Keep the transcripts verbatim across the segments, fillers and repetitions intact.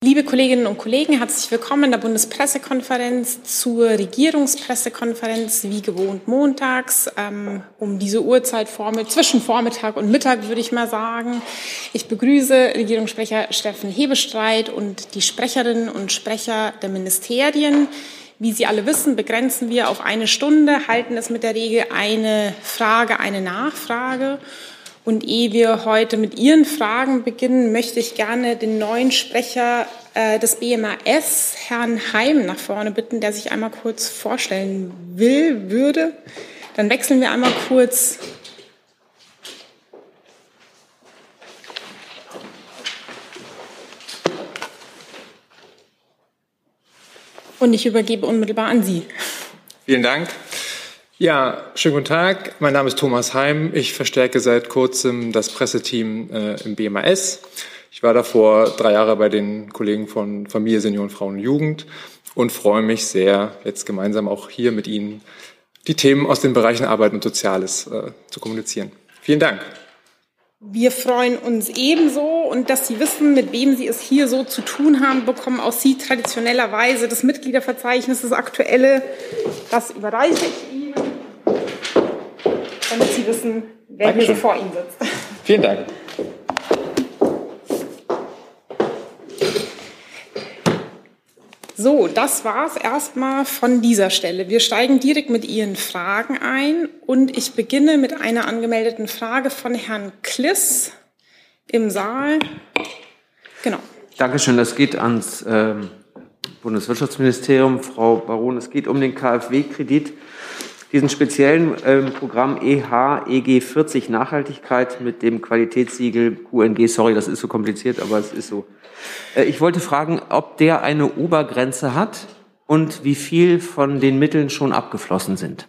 Liebe Kolleginnen und Kollegen, herzlich willkommen in der Bundespressekonferenz zur Regierungspressekonferenz, wie gewohnt montags, ähm, um diese Uhrzeit vorm- zwischen Vormittag und Mittag, würde ich mal sagen. Ich begrüße Regierungssprecher Steffen Hebestreit und die Sprecherinnen und Sprecher der Ministerien. Wie Sie alle wissen, begrenzen wir auf eine Stunde, halten es mit der Regel eine Frage, eine Nachfrage. Und ehe wir heute mit Ihren Fragen beginnen, möchte ich gerne den neuen Sprecher äh, des B M A S, Herrn Heim, nach vorne bitten, der sich einmal kurz vorstellen will, würde. Dann wechseln wir einmal kurz. Und ich übergebe unmittelbar an Sie. Vielen Dank. Ja, schönen guten Tag. Mein Name ist Thomas Heim. Ich verstärke seit kurzem das Presseteam äh, im B M A S. Ich war davor drei Jahre bei den Kollegen von Familie, Senioren, Frauen und Jugend und freue mich sehr, jetzt gemeinsam auch hier mit Ihnen die Themen aus den Bereichen Arbeit und Soziales äh, zu kommunizieren. Vielen Dank. Wir freuen uns ebenso und dass Sie wissen, mit wem Sie es hier so zu tun haben, bekommen auch Sie traditionellerweise das Mitgliederverzeichnis, das aktuelle. Das überreiche ich Ihnen, damit Sie wissen, wer Dankeschön. Hier so vor Ihnen sitzt. Vielen Dank. So, das war's erstmal von dieser Stelle. Wir steigen direkt mit Ihren Fragen ein und ich beginne mit einer angemeldeten Frage von Herrn Kliss im Saal. Genau. Dankeschön. Das geht ans ähm, Bundeswirtschaftsministerium. Frau Baron, es geht um den KfW-Kredit, diesen speziellen ähm, Programm E H E G vierzig Nachhaltigkeit mit dem Qualitätssiegel Q N G. Sorry, das ist so kompliziert, aber es ist so. Äh, ich wollte fragen, ob der eine Obergrenze hat und wie viel von den Mitteln schon abgeflossen sind.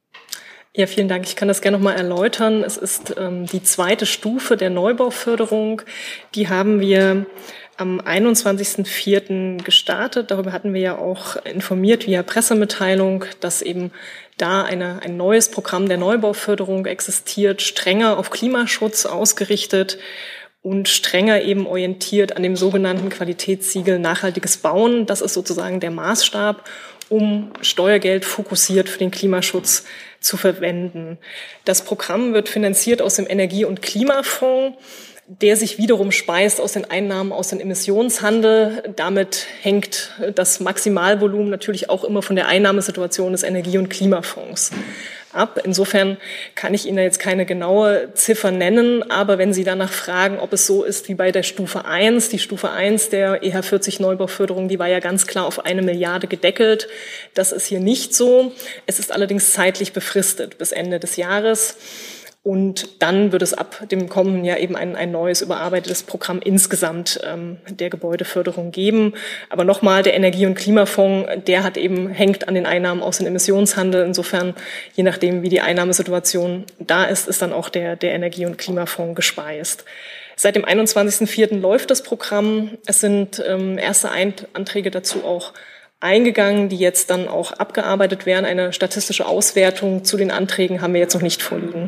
Ja, vielen Dank. Ich kann das gerne noch mal erläutern. Es ist ähm, die zweite Stufe der Neubauförderung. Die haben wir am einundzwanzigsten vierten gestartet. Darüber hatten wir ja auch informiert via Pressemitteilung, dass eben da eine, ein neues Programm der Neubauförderung existiert, strenger auf Klimaschutz ausgerichtet und strenger eben orientiert an dem sogenannten Qualitätssiegel nachhaltiges Bauen. Das ist sozusagen der Maßstab, um Steuergeld fokussiert für den Klimaschutz zu verwenden. Das Programm wird finanziert aus dem Energie- und Klimafonds, der sich wiederum speist aus den Einnahmen aus dem Emissionshandel. Damit hängt das Maximalvolumen natürlich auch immer von der Einnahmesituation des Energie- und Klimafonds ab. Insofern kann ich Ihnen jetzt keine genaue Ziffer nennen, aber wenn Sie danach fragen, ob es so ist wie bei der Stufe eins, die Stufe eins der E H vierzig Neubauförderung, die war ja ganz klar auf eine Milliarde gedeckelt. Das ist hier nicht so. Es ist allerdings zeitlich befristet bis Ende des Jahres. Und dann wird es ab dem kommenden Jahr eben ein, ein neues, überarbeitetes Programm insgesamt ähm, der Gebäudeförderung geben. Aber nochmal, der Energie- und Klimafonds, der hat eben, hängt an den Einnahmen aus dem Emissionshandel. Insofern, je nachdem, wie die Einnahmesituation da ist, ist dann auch der, der Energie- und Klimafonds gespeist. Seit dem einundzwanzigsten vierten läuft das Programm. Es sind ähm, erste Anträge dazu auch eingegangen, die jetzt dann auch abgearbeitet werden. Eine statistische Auswertung zu den Anträgen haben wir jetzt noch nicht vorliegen.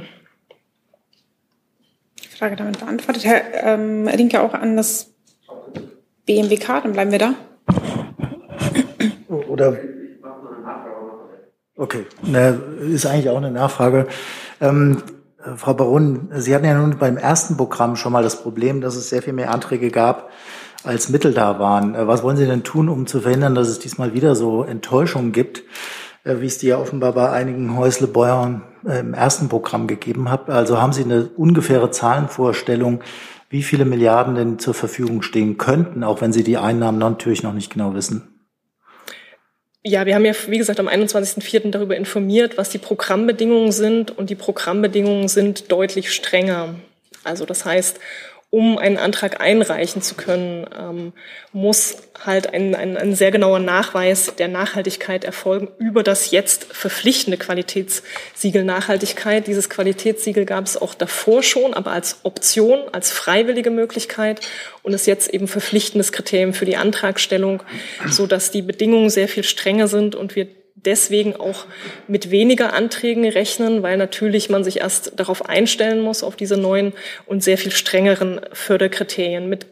Frage damit beantwortet. Herr ähm, Rinke auch an das B M W K, dann bleiben wir da. Oder? Okay, ne, ist eigentlich auch eine Nachfrage. Ähm, Frau Baron, Sie hatten ja nun beim ersten Programm schon mal das Problem, dass es sehr viel mehr Anträge gab, als Mittel da waren. Was wollen Sie denn tun, um zu verhindern, dass es diesmal wieder so Enttäuschungen gibt, wie es die ja offenbar bei einigen Häusle-Bäuern im ersten Programm gegeben hat? Also haben Sie eine ungefähre Zahlenvorstellung, wie viele Milliarden denn zur Verfügung stehen könnten, auch wenn Sie die Einnahmen natürlich noch nicht genau wissen? Ja, wir haben ja, wie gesagt, am einundzwanzigsten vierten darüber informiert, was die Programmbedingungen sind. Und die Programmbedingungen sind deutlich strenger. Also das heißt, um einen Antrag einreichen zu können, ähm, muss halt ein, ein, ein sehr genauer Nachweis der Nachhaltigkeit erfolgen über das jetzt verpflichtende Qualitätssiegel Nachhaltigkeit. Dieses Qualitätssiegel gab es auch davor schon, aber als Option, als freiwillige Möglichkeit und ist jetzt eben verpflichtendes Kriterium für die Antragstellung, so dass die Bedingungen sehr viel strenger sind und wir deswegen auch mit weniger Anträgen rechnen, weil natürlich man sich erst darauf einstellen muss, auf diese neuen und sehr viel strengeren Förderkriterien. Mit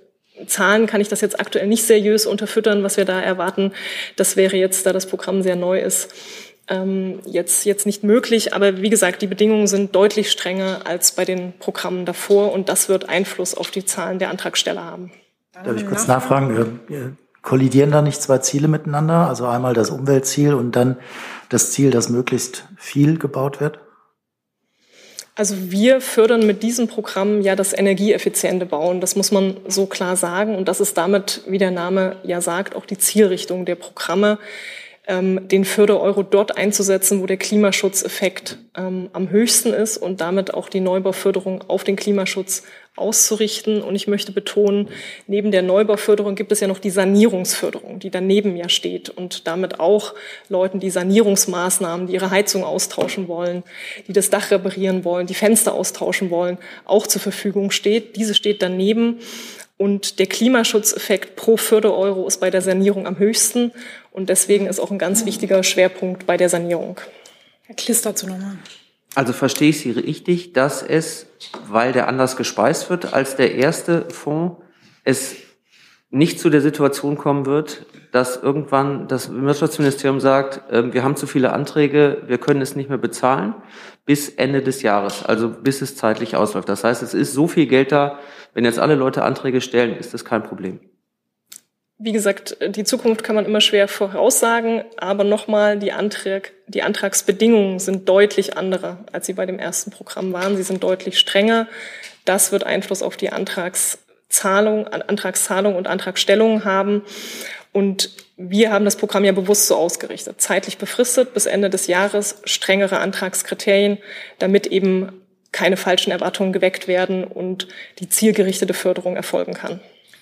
Zahlen kann ich das jetzt aktuell nicht seriös unterfüttern, was wir da erwarten. Das wäre jetzt, da das Programm sehr neu ist, ähm, jetzt, jetzt nicht möglich. Aber wie gesagt, die Bedingungen sind deutlich strenger als bei den Programmen davor und das wird Einfluss auf die Zahlen der Antragsteller haben. Darf ich kurz nachfragen? Kollidieren da nicht zwei Ziele miteinander? Also einmal das Umweltziel und dann das Ziel, dass möglichst viel gebaut wird? Also wir fördern mit diesem Programm ja das energieeffiziente Bauen. Das muss man so klar sagen. Und das ist damit, wie der Name ja sagt, auch die Zielrichtung der Programme, ähm, den Förder-Euro dort einzusetzen, wo der Klimaschutzeffekt ähm, am höchsten ist und damit auch die Neubauförderung auf den Klimaschutz auszurichten. Und ich möchte betonen, neben der Neubauförderung gibt es ja noch die Sanierungsförderung, die daneben ja steht und damit auch Leuten, die Sanierungsmaßnahmen, die ihre Heizung austauschen wollen, die das Dach reparieren wollen, die Fenster austauschen wollen, auch zur Verfügung steht. Diese steht daneben. Und der Klimaschutzeffekt pro Förder-Euro ist bei der Sanierung am höchsten. Und deswegen ist auch ein ganz wichtiger Schwerpunkt bei der Sanierung. Herr Kliss dazu nochmal. Also verstehe ich Sie richtig, dass es, weil der anders gespeist wird als der erste Fonds, es nicht zu der Situation kommen wird, dass irgendwann das Wirtschaftsministerium sagt, äh, wir haben zu viele Anträge, wir können es nicht mehr bezahlen, bis Ende des Jahres, also bis es zeitlich ausläuft. Das heißt, es ist so viel Geld da, wenn jetzt alle Leute Anträge stellen, ist das kein Problem. Wie gesagt, die Zukunft kann man immer schwer voraussagen, aber nochmal, die, Antrag, die Antragsbedingungen sind deutlich andere, als sie bei dem ersten Programm waren. Sie sind deutlich strenger. Das wird Einfluss auf die Antragszahlung, Antragszahlung und Antragstellung haben. Und wir haben das Programm ja bewusst so ausgerichtet, zeitlich befristet bis Ende des Jahres, strengere Antragskriterien, damit eben keine falschen Erwartungen geweckt werden und die zielgerichtete Förderung erfolgen kann.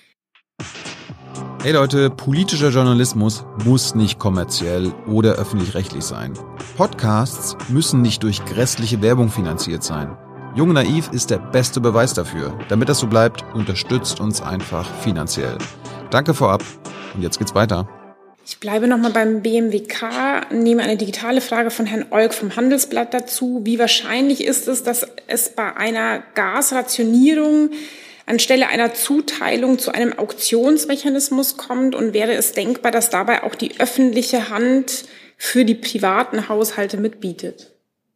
Hey Leute, politischer Journalismus muss nicht kommerziell oder öffentlich-rechtlich sein. Podcasts müssen nicht durch grässliche Werbung finanziert sein. Jung Naiv ist der beste Beweis dafür. Damit das so bleibt, unterstützt uns einfach finanziell. Danke vorab und jetzt geht's weiter. Ich bleibe nochmal beim B M W K, nehme eine digitale Frage von Herrn Olk vom Handelsblatt dazu. Wie wahrscheinlich ist es, dass es bei einer Gasrationierung anstelle einer Zuteilung zu einem Auktionsmechanismus kommt und wäre es denkbar, dass dabei auch die öffentliche Hand für die privaten Haushalte mitbietet?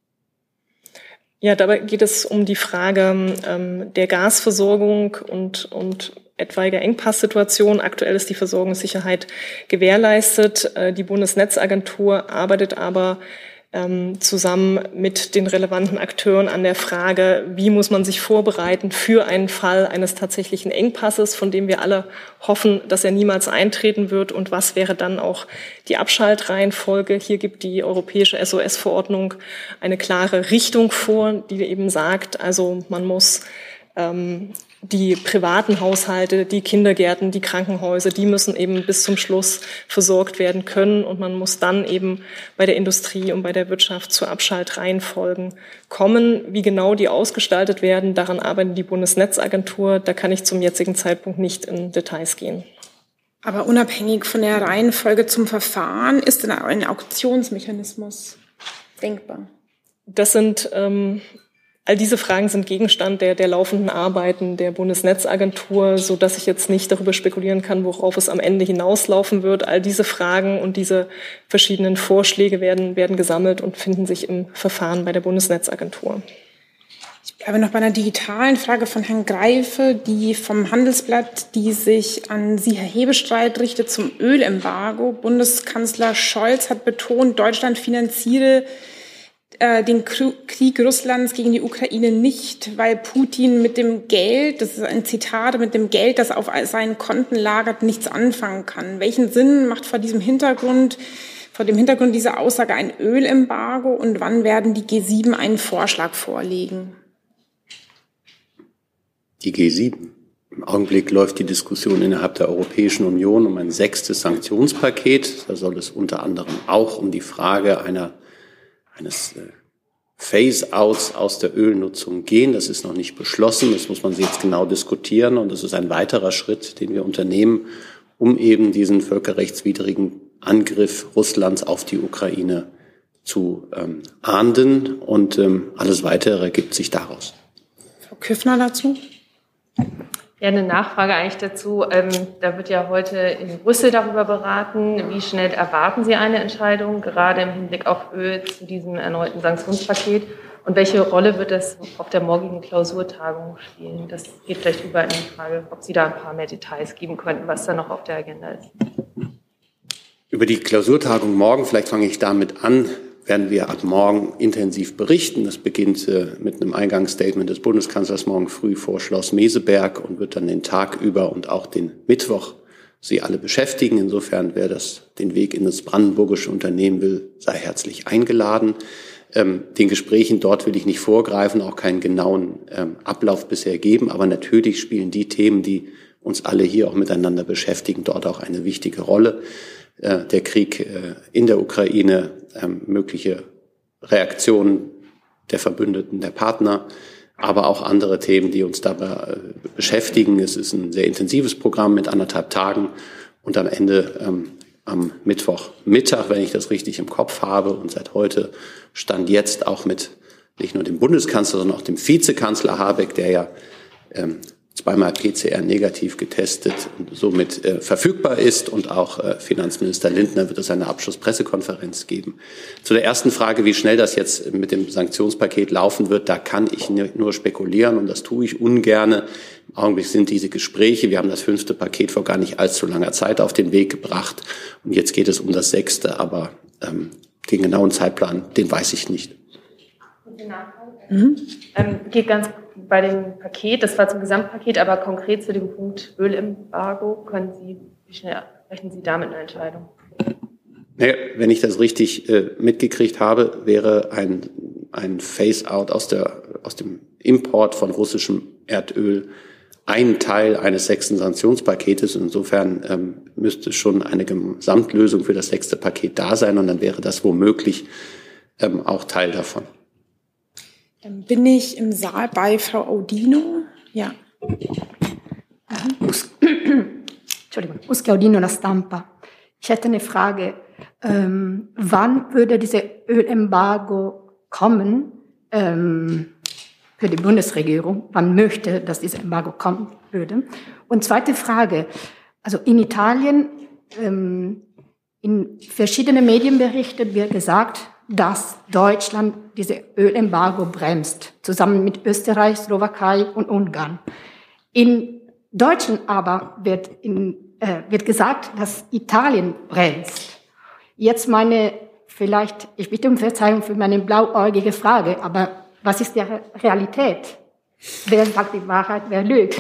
Ja, dabei geht es um die Frage ähm, der Gasversorgung und, und etwaiger Engpasssituation. Aktuell ist die Versorgungssicherheit gewährleistet. Äh, die Bundesnetzagentur arbeitet aber ähm, zusammen mit den relevanten Akteuren an der Frage, wie muss man sich vorbereiten für einen Fall eines tatsächlichen Engpasses, von dem wir alle hoffen, dass er niemals eintreten wird, und was wäre dann auch die Abschaltreihenfolge. Hier gibt die europäische S O S-Verordnung eine klare Richtung vor, die eben sagt, also man muss ähm, die privaten Haushalte, die Kindergärten, die Krankenhäuser, die müssen eben bis zum Schluss versorgt werden können. Und man muss dann eben bei der Industrie und bei der Wirtschaft zu Abschaltreihenfolgen kommen. Wie genau die ausgestaltet werden, daran arbeitet die Bundesnetzagentur. Da kann ich zum jetzigen Zeitpunkt nicht in Details gehen. Aber unabhängig von der Reihenfolge zum Verfahren ist denn ein Auktionsmechanismus denkbar? Das sind... Ähm, All diese Fragen sind Gegenstand der, der laufenden Arbeiten der Bundesnetzagentur, so dass ich jetzt nicht darüber spekulieren kann, worauf es am Ende hinauslaufen wird. All diese Fragen und diese verschiedenen Vorschläge werden, werden gesammelt und finden sich im Verfahren bei der Bundesnetzagentur. Ich bleibe noch bei einer digitalen Frage von Herrn Greife, die vom Handelsblatt, die sich an Sie, Herr Hebestreit, richtet zum Ölembargo. Bundeskanzler Scholz hat betont, Deutschland finanziere den Krieg Russlands gegen die Ukraine nicht, weil Putin mit dem Geld, das ist ein Zitat, mit dem Geld, das auf seinen Konten lagert, nichts anfangen kann. Welchen Sinn macht vor diesem Hintergrund, vor dem Hintergrund dieser Aussage ein Ölembargo, und wann werden die G sieben einen Vorschlag vorlegen? Die G sieben. Im Augenblick läuft die Diskussion innerhalb der Europäischen Union um ein sechstes Sanktionspaket. Da soll es unter anderem auch um die Frage einer eines Phase-outs aus der Ölnutzung gehen. Das ist noch nicht beschlossen. Das muss man jetzt genau diskutieren. Und das ist ein weiterer Schritt, den wir unternehmen, um eben diesen völkerrechtswidrigen Angriff Russlands auf die Ukraine zu ähm, ahnden. Und ähm, alles Weitere ergibt sich daraus. Frau Küffner dazu? Ja, eine Nachfrage eigentlich dazu. Ähm, da wird ja heute in Brüssel darüber beraten. Wie schnell erwarten Sie eine Entscheidung, gerade im Hinblick auf Öl zu diesem erneuten Sanktionspaket? Und welche Rolle wird das auf der morgigen Klausurtagung spielen? Das geht vielleicht über in die Frage, ob Sie da ein paar mehr Details geben könnten, was da noch auf der Agenda ist. Über die Klausurtagung morgen, vielleicht fange ich damit an, werden wir ab morgen intensiv berichten. Das beginnt äh, mit einem Eingangsstatement des Bundeskanzlers morgen früh vor Schloss Meseberg und wird dann den Tag über und auch den Mittwoch Sie alle beschäftigen. Insofern, wer das den Weg in das brandenburgische Unternehmen will, sei herzlich eingeladen. Ähm, den Gesprächen dort will ich nicht vorgreifen, auch keinen genauen ähm, Ablauf bisher geben. Aber natürlich spielen die Themen, die uns alle hier auch miteinander beschäftigen, dort auch eine wichtige Rolle. Äh, der Krieg äh, in der Ukraine, ähm, mögliche Reaktionen der Verbündeten, der Partner, aber auch andere Themen, die uns dabei äh, beschäftigen. Es ist ein sehr intensives Programm mit anderthalb Tagen und am Ende ähm, am Mittwochmittag, wenn ich das richtig im Kopf habe, und seit heute Stand jetzt auch mit nicht nur dem Bundeskanzler, sondern auch dem Vizekanzler Habeck, der ja ähm, zweimal P C R negativ getestet und somit äh, verfügbar ist, und auch äh, Finanzminister Lindner wird es eine Abschlusspressekonferenz geben. Zu der ersten Frage, wie schnell das jetzt mit dem Sanktionspaket laufen wird, da kann ich nur spekulieren, und das tue ich ungerne. Im Augenblick sind diese Gespräche, wir haben das fünfte Paket vor gar nicht allzu langer Zeit auf den Weg gebracht, und jetzt geht es um das sechste, aber ähm, den genauen Zeitplan, den weiß ich nicht. Mhm. Ähm, geht ganz bei dem Paket, das war zum Gesamtpaket, aber konkret zu dem Punkt Ölembargo, können Sie, wie schnell rechnen Sie damit eine Entscheidung? Naja, wenn ich das richtig äh, mitgekriegt habe, wäre ein, ein Phase-out aus, der, aus dem Import von russischem Erdöl ein Teil eines sechsten Sanktionspaketes. Insofern ähm, müsste schon eine Gesamtlösung für das sechste Paket da sein, und dann wäre das womöglich ähm, auch Teil davon. Dann bin ich im Saal bei Frau Audino. Ja. Us- Entschuldigung, Uschi Audino, La Stampa. Ich hätte eine Frage. Ähm, wann würde dieses Ölembargo kommen ähm, für die Bundesregierung? Wann möchte, dass dieses Embargo kommen würde? Und zweite Frage. Also in Italien, ähm, in verschiedenen Medienberichten wird gesagt, dass Deutschland diese Ölembargo bremst, zusammen mit Österreich, Slowakei und Ungarn. In Deutschland aber wird, in, äh, wird gesagt, dass Italien bremst. Jetzt meine, vielleicht, ich bitte um Verzeihung für meine blauäugige Frage, aber was ist die Realität? Wer sagt die Wahrheit, wer lügt?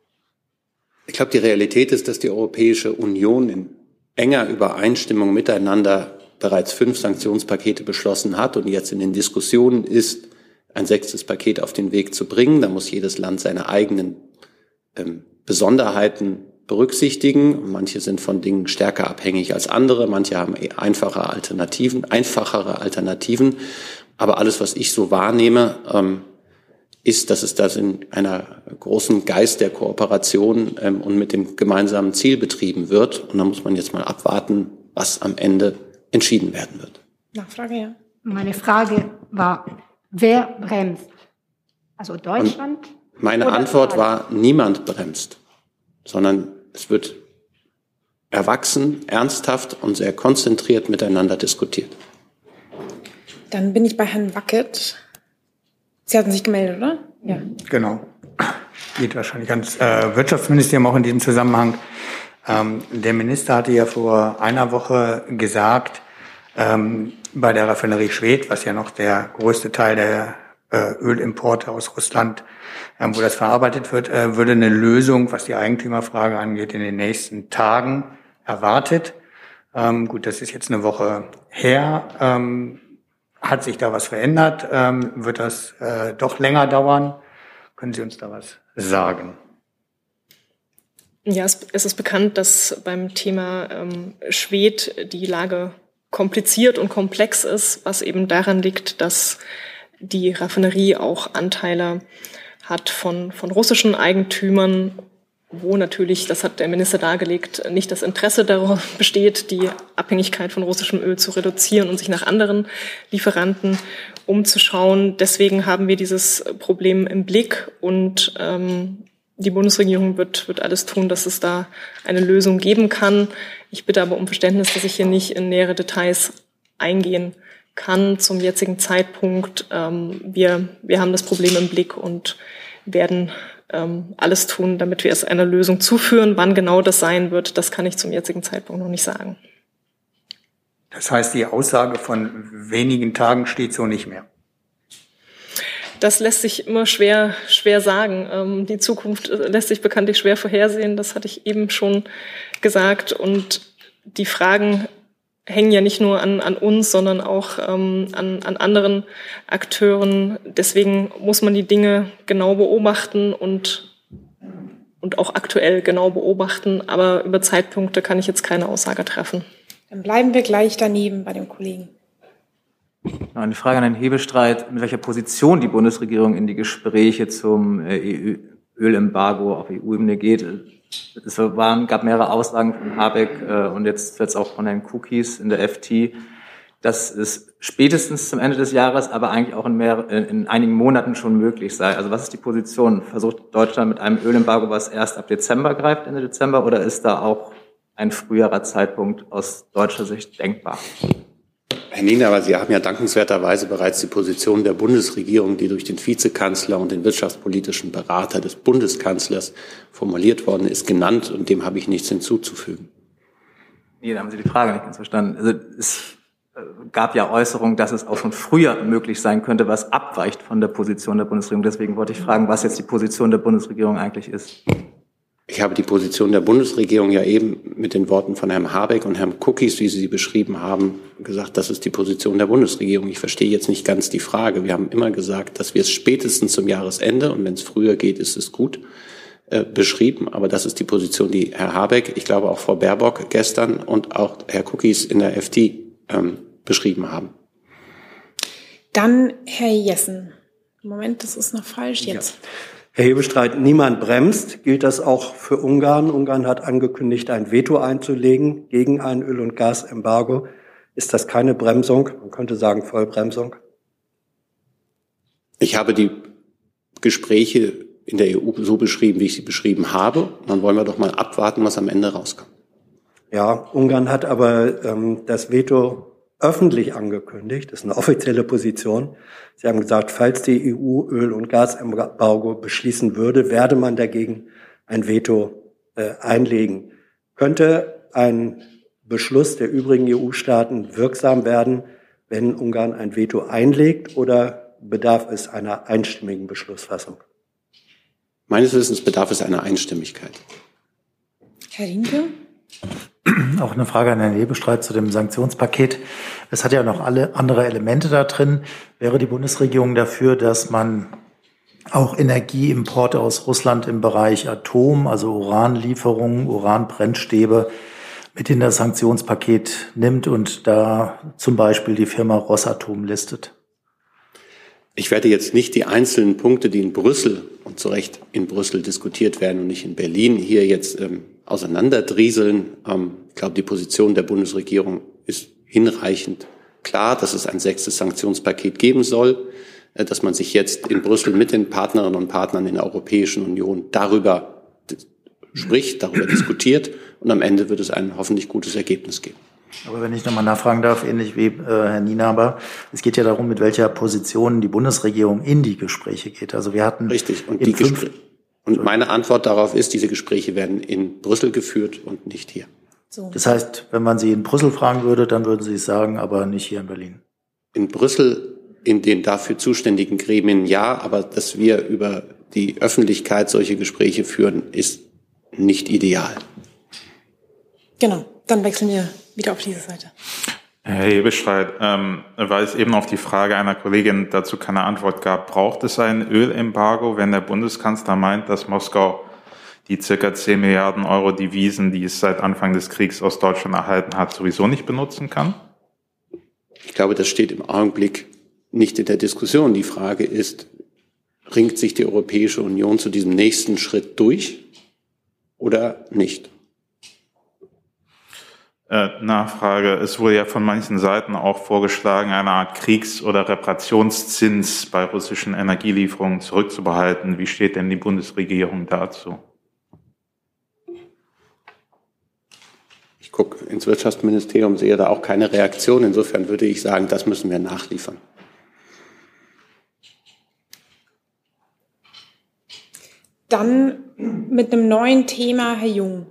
Ich glaube, die Realität ist, dass die Europäische Union in enger Übereinstimmung miteinander bereits fünf Sanktionspakete beschlossen hat und jetzt in den Diskussionen ist, ein sechstes Paket auf den Weg zu bringen. Da muss jedes Land seine eigenen ähm, Besonderheiten berücksichtigen. Manche sind von Dingen stärker abhängig als andere, manche haben einfache Alternativen, einfachere Alternativen. Aber alles, was ich so wahrnehme, ähm, ist, dass es das in einer großen Geist der Kooperation ähm, und mit dem gemeinsamen Ziel betrieben wird. Und da muss man jetzt mal abwarten, was am Ende entschieden werden wird. Nachfrage, ja. Meine Frage war, wer bremst? Also Deutschland? Und meine Antwort war, niemand bremst, sondern es wird erwachsen, ernsthaft und sehr konzentriert miteinander diskutiert. Dann bin ich bei Herrn Wackett. Sie hatten sich gemeldet, oder? Ja. Genau. Geht wahrscheinlich ans äh, Wirtschaftsministerium auch in diesem Zusammenhang. Ähm, der Minister hatte ja vor einer Woche gesagt, ähm, bei der Raffinerie Schwedt, was ja noch der größte Teil der äh, Ölimporte aus Russland, ähm, wo das verarbeitet wird, äh, würde eine Lösung, was die Eigentümerfrage angeht, in den nächsten Tagen erwartet. Ähm, gut, das ist jetzt eine Woche her. Ähm, hat sich da was verändert? Ähm, wird das äh, doch länger dauern? Können Sie uns da was sagen? Ja, es, es ist bekannt, dass beim Thema ähm, Schwedt die Lage kompliziert und komplex ist, was eben daran liegt, dass die Raffinerie auch Anteile hat von, von russischen Eigentümern, wo natürlich, das hat der Minister dargelegt, nicht das Interesse daran besteht, die Abhängigkeit von russischem Öl zu reduzieren und sich nach anderen Lieferanten umzuschauen. Deswegen haben wir dieses Problem im Blick und ähm, die Bundesregierung wird, wird alles tun, dass es da eine Lösung geben kann. Ich bitte aber um Verständnis, dass ich hier nicht in nähere Details eingehen kann zum jetzigen Zeitpunkt. Ähm, wir, wir haben das Problem im Blick und werden ähm, alles tun, damit wir es einer Lösung zuführen. Wann genau das sein wird, das kann ich zum jetzigen Zeitpunkt noch nicht sagen. Das heißt, die Aussage von wenigen Tagen steht so nicht mehr. Das lässt sich immer schwer, schwer sagen. Ähm, die Zukunft lässt sich bekanntlich schwer vorhersehen. Das hatte ich eben schon gesagt. Und die Fragen hängen ja nicht nur an, an uns, sondern auch ähm, an, an anderen Akteuren. Deswegen muss man die Dinge genau beobachten und, und auch aktuell genau beobachten. Aber über Zeitpunkte kann ich jetzt keine Aussage treffen. Dann bleiben wir gleich daneben bei dem Kollegen. Eine Frage an Herrn Hebestreit, mit welcher Position die Bundesregierung in die Gespräche zum E U-Ölembargo auf E U-Ebene geht. Es waren, gab mehrere Aussagen von Habeck äh, und jetzt jetzt auch von Herrn Kukis in der F T, dass es spätestens zum Ende des Jahres, aber eigentlich auch in, mehr, in einigen Monaten schon möglich sei. Also was ist die Position? Versucht Deutschland mit einem Ölembargo, was erst ab Dezember greift, Ende Dezember, oder ist da auch ein früherer Zeitpunkt aus deutscher Sicht denkbar? Herr Niener, aber Sie haben ja dankenswerterweise bereits die Position der Bundesregierung, die durch den Vizekanzler und den wirtschaftspolitischen Berater des Bundeskanzlers formuliert worden ist, genannt, und dem habe ich nichts hinzuzufügen. Nee, da haben Sie die Frage nicht ganz verstanden. Also es gab ja Äußerungen, dass es auch schon früher möglich sein könnte, was abweicht von der Position der Bundesregierung. Deswegen wollte ich fragen, was jetzt die Position der Bundesregierung eigentlich ist. Ich habe die Position der Bundesregierung ja eben mit den Worten von Herrn Habeck und Herrn Kukis, wie Sie sie beschrieben haben, gesagt, das ist die Position der Bundesregierung. Ich verstehe jetzt nicht ganz die Frage. Wir haben immer gesagt, dass wir es spätestens zum Jahresende, und wenn es früher geht, ist es gut, äh, beschrieben. Aber das ist die Position, die Herr Habeck, ich glaube auch Frau Baerbock gestern und auch Herr Kukis in der F T ähm, beschrieben haben. Dann Herr Jessen. Moment, das ist noch falsch jetzt. Ja. Herr Hebestreit, niemand bremst. Gilt das auch für Ungarn? Ungarn hat angekündigt, ein Veto einzulegen gegen ein Öl- und Gasembargo. Ist das keine Bremsung? Man könnte sagen Vollbremsung. Ich habe die Gespräche in der E U so beschrieben, wie ich sie beschrieben habe. Dann wollen wir doch mal abwarten, was am Ende rauskommt. Ja, Ungarn hat aber ähm, das Veto öffentlich angekündigt. Das ist eine offizielle Position. Sie haben gesagt, falls die E U Öl- und Gasembargo beschließen würde, werde man dagegen ein Veto äh, einlegen. Könnte ein Beschluss der übrigen E U-Staaten wirksam werden, wenn Ungarn ein Veto einlegt, oder bedarf es einer einstimmigen Beschlussfassung? Meines Wissens bedarf es einer Einstimmigkeit. Herr Rinke? Auch eine Frage an Herrn Hebestreit zu dem Sanktionspaket. Es hat ja noch alle andere Elemente da drin. Wäre die Bundesregierung dafür, dass man auch Energieimporte aus Russland im Bereich Atom, also Uranlieferungen, Uranbrennstäbe, mit in das Sanktionspaket nimmt und da zum Beispiel die Firma Rosatom listet? Ich werde jetzt nicht die einzelnen Punkte, die in Brüssel und zu Recht in Brüssel diskutiert werden und nicht in Berlin, hier jetzt ähm, auseinanderdrieseln. Ähm, ich glaube, die Position der Bundesregierung ist hinreichend klar, dass es ein sechstes Sanktionspaket geben soll, äh, dass man sich jetzt in Brüssel mit den Partnerinnen und Partnern in der Europäischen Union darüber spricht, darüber diskutiert, und am Ende wird es ein hoffentlich gutes Ergebnis geben. Aber wenn ich nochmal nachfragen darf, ähnlich wie äh, Herr Nienaber, es geht ja darum, mit welcher Position die Bundesregierung in die Gespräche geht. Also wir hatten richtig und die Gespräche. Und meine Antwort darauf ist, diese Gespräche werden in Brüssel geführt und nicht hier. So. Das heißt, wenn man Sie in Brüssel fragen würde, dann würden Sie es sagen, aber nicht hier in Berlin. In Brüssel, in den dafür zuständigen Gremien ja, aber dass wir über die Öffentlichkeit solche Gespräche führen, ist nicht ideal. Genau, dann wechseln wir wieder auf diese Seite. Herr Hebestreit, ähm, weil es eben auf die Frage einer Kollegin dazu keine Antwort gab, braucht es ein Ölembargo, wenn der Bundeskanzler meint, dass Moskau die circa zehn Milliarden Euro Devisen, die es seit Anfang des Kriegs aus Deutschland erhalten hat, sowieso nicht benutzen kann? Ich glaube, das steht im Augenblick nicht in der Diskussion. Die Frage ist, ringt sich die Europäische Union zu diesem nächsten Schritt durch oder nicht? äh, Nachfrage. Es wurde ja von manchen Seiten auch vorgeschlagen, eine Art Kriegs- oder Reparationszins bei russischen Energielieferungen zurückzubehalten. Wie steht denn die Bundesregierung dazu? Ich gucke ins Wirtschaftsministerium, sehe da auch keine Reaktion. Insofern würde ich sagen, das müssen wir nachliefern. Dann mit einem neuen Thema, Herr Jung.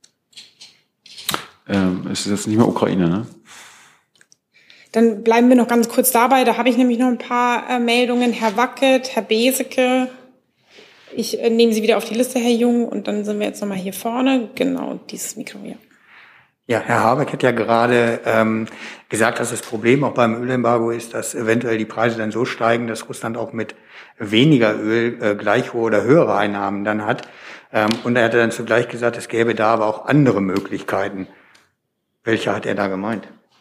Ähm, es ist jetzt nicht mehr Ukraine, ne? Dann bleiben wir noch ganz kurz dabei. Da habe ich nämlich noch ein paar äh, Meldungen. Herr Wackett, Herr Beseke. Ich äh, nehme Sie wieder auf die Liste, Herr Jung. Und dann sind wir jetzt nochmal hier vorne. Genau, dieses Mikro hier. Ja, Herr Habeck hat ja gerade ähm, gesagt, dass das Problem auch beim Ölembargo ist, dass eventuell die Preise dann so steigen, dass Russland auch mit weniger Öl äh, gleich hohe oder höhere Einnahmen dann hat. Ähm, und er hat dann zugleich gesagt, es gäbe da aber auch andere Möglichkeiten. Welche hat er da gemeint?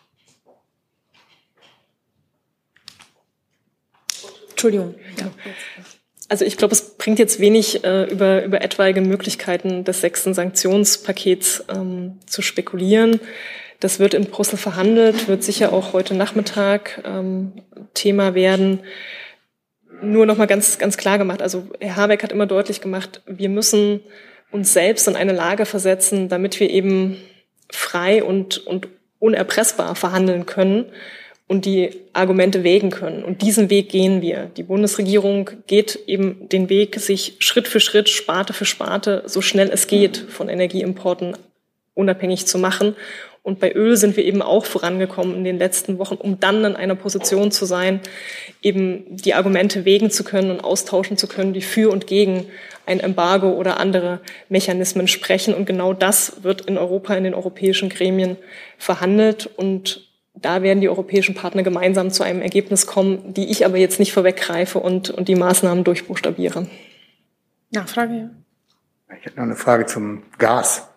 Entschuldigung. Ja. Also ich glaube, es bringt jetzt wenig, äh, über, über etwaige Möglichkeiten des sechsten Sanktionspakets ähm, zu spekulieren. Das wird in Brüssel verhandelt, wird sicher auch heute Nachmittag ähm, Thema werden. Nur noch mal ganz, ganz klar gemacht. Also Herr Habeck hat immer deutlich gemacht, wir müssen uns selbst in eine Lage versetzen, damit wir eben frei und, und unerpressbar verhandeln können und die Argumente wägen können. Und diesen Weg gehen wir. Die Bundesregierung geht eben den Weg, sich Schritt für Schritt, Sparte für Sparte, so schnell es geht, von Energieimporten unabhängig zu machen. Und bei Öl sind wir eben auch vorangekommen in den letzten Wochen, um dann in einer Position zu sein, eben die Argumente wägen zu können und austauschen zu können, die für und gegen ein Embargo oder andere Mechanismen sprechen. Und genau das wird in Europa, in den europäischen Gremien verhandelt. Und da werden die europäischen Partner gemeinsam zu einem Ergebnis kommen, die ich aber jetzt nicht vorweggreife und, und die Maßnahmen durchbuchstabiere. Nachfrage, ja. Ich hätte noch eine Frage zum Gas.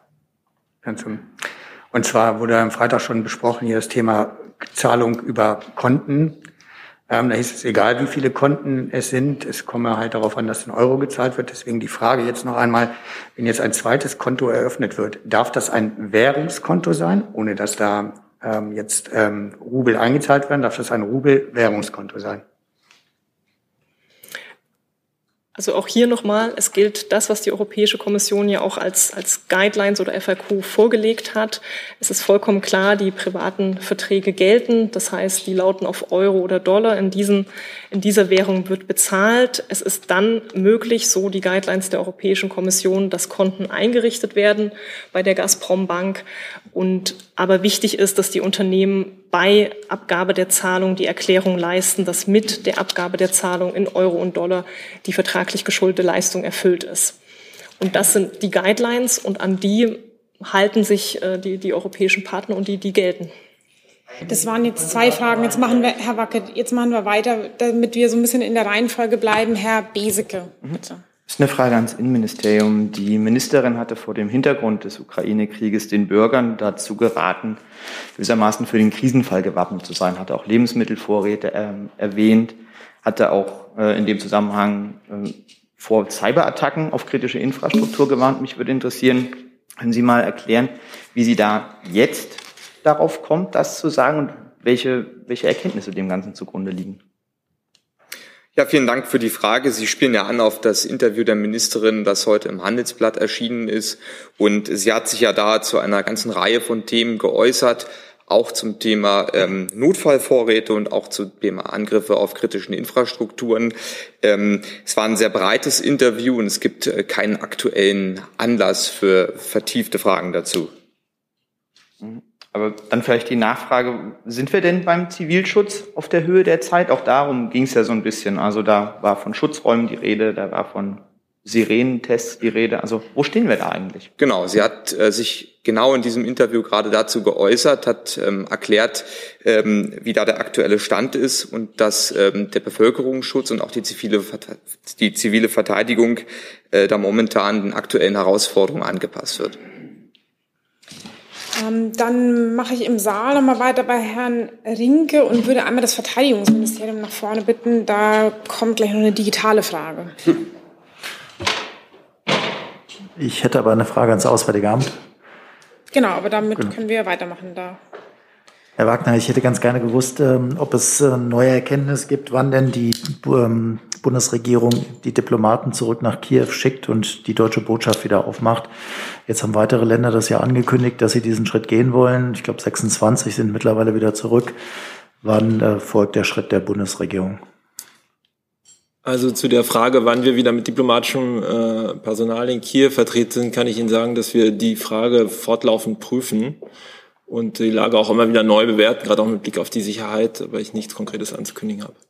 Und zwar wurde am Freitag schon besprochen hier das Thema Zahlung über Konten. Ähm, da hieß es, egal wie viele Konten es sind, es komme halt darauf an, dass in Euro gezahlt wird. Deswegen die Frage jetzt noch einmal, wenn jetzt ein zweites Konto eröffnet wird, darf das ein Währungskonto sein, ohne dass da ähm, jetzt ähm, Rubel eingezahlt werden? Darf das ein Rubel-Währungskonto sein? Also auch hier nochmal, es gilt das, was die Europäische Kommission ja auch als, als Guidelines oder F A Q vorgelegt hat. Es ist vollkommen klar, die privaten Verträge gelten. Das heißt, die lauten auf Euro oder Dollar. In, diesen, in dieser Währung wird bezahlt. Es ist dann möglich, so die Guidelines der Europäischen Kommission, dass Konten eingerichtet werden bei der Gazprom Bank. Und aber wichtig ist, dass die Unternehmen bei Abgabe der Zahlung die Erklärung leisten, dass mit der Abgabe der Zahlung in Euro und Dollar die vertraglich geschuldete Leistung erfüllt ist. Und das sind die Guidelines und an die halten sich äh, die, die europäischen Partner und die, die gelten. Das waren jetzt zwei Fragen. Jetzt machen wir, Herr Wackett, jetzt machen wir weiter, damit wir so ein bisschen in der Reihenfolge bleiben. Herr Beseke, bitte. Das ist eine Frage ans Innenministerium. Die Ministerin hatte vor dem Hintergrund des Ukraine-Krieges den Bürgern dazu geraten, gewissermaßen für den Krisenfall gewappnet zu sein, hatte auch Lebensmittelvorräte äh, erwähnt, hatte auch äh, in dem Zusammenhang äh, vor Cyberattacken auf kritische Infrastruktur gewarnt. Mich würde interessieren, können Sie mal erklären, wie sie da jetzt darauf kommt, das zu sagen und welche, welche Erkenntnisse dem Ganzen zugrunde liegen? Ja, vielen Dank für die Frage. Sie spielen ja an auf das Interview der Ministerin, das heute im Handelsblatt erschienen ist. Und sie hat sich ja da zu einer ganzen Reihe von Themen geäußert, auch zum Thema ähm, Notfallvorräte und auch zum Thema Angriffe auf kritischen Infrastrukturen. Ähm, es war ein sehr breites Interview und es gibt äh, keinen aktuellen Anlass für vertiefte Fragen dazu. Aber dann vielleicht die Nachfrage, sind wir denn beim Zivilschutz auf der Höhe der Zeit? Auch darum ging es ja so ein bisschen. Also da war von Schutzräumen die Rede, da war von Sirenentests die Rede. Also wo stehen wir da eigentlich? Genau, sie hat äh, sich genau in diesem Interview gerade dazu geäußert, hat ähm, erklärt, ähm, wie da der aktuelle Stand ist und dass ähm, der Bevölkerungsschutz und auch die zivile, die zivile Verteidigung äh, da momentan den aktuellen Herausforderungen angepasst wird. Ähm, dann mache ich im Saal nochmal weiter bei Herrn Rinke und würde einmal das Verteidigungsministerium nach vorne bitten. Da kommt gleich noch eine digitale Frage. Ich hätte aber eine Frage ans Auswärtige Amt. Genau, aber damit Genau. können wir weitermachen da. Herr Wagner, ich hätte ganz gerne gewusst, ähm, ob es äh, neue Erkenntnisse gibt, wann denn die ähm, Bundesregierung die Diplomaten zurück nach Kiew schickt und die deutsche Botschaft wieder aufmacht. Jetzt haben weitere Länder das ja angekündigt, dass sie diesen Schritt gehen wollen. Ich glaube, sechsundzwanzig sind mittlerweile wieder zurück. Wann äh, folgt der Schritt der Bundesregierung? Also zu der Frage, wann wir wieder mit diplomatischem äh, Personal in Kiew vertreten sind, kann ich Ihnen sagen, dass wir die Frage fortlaufend prüfen und die Lage auch immer wieder neu bewerten, gerade auch mit Blick auf die Sicherheit, weil ich nichts Konkretes anzukündigen habe.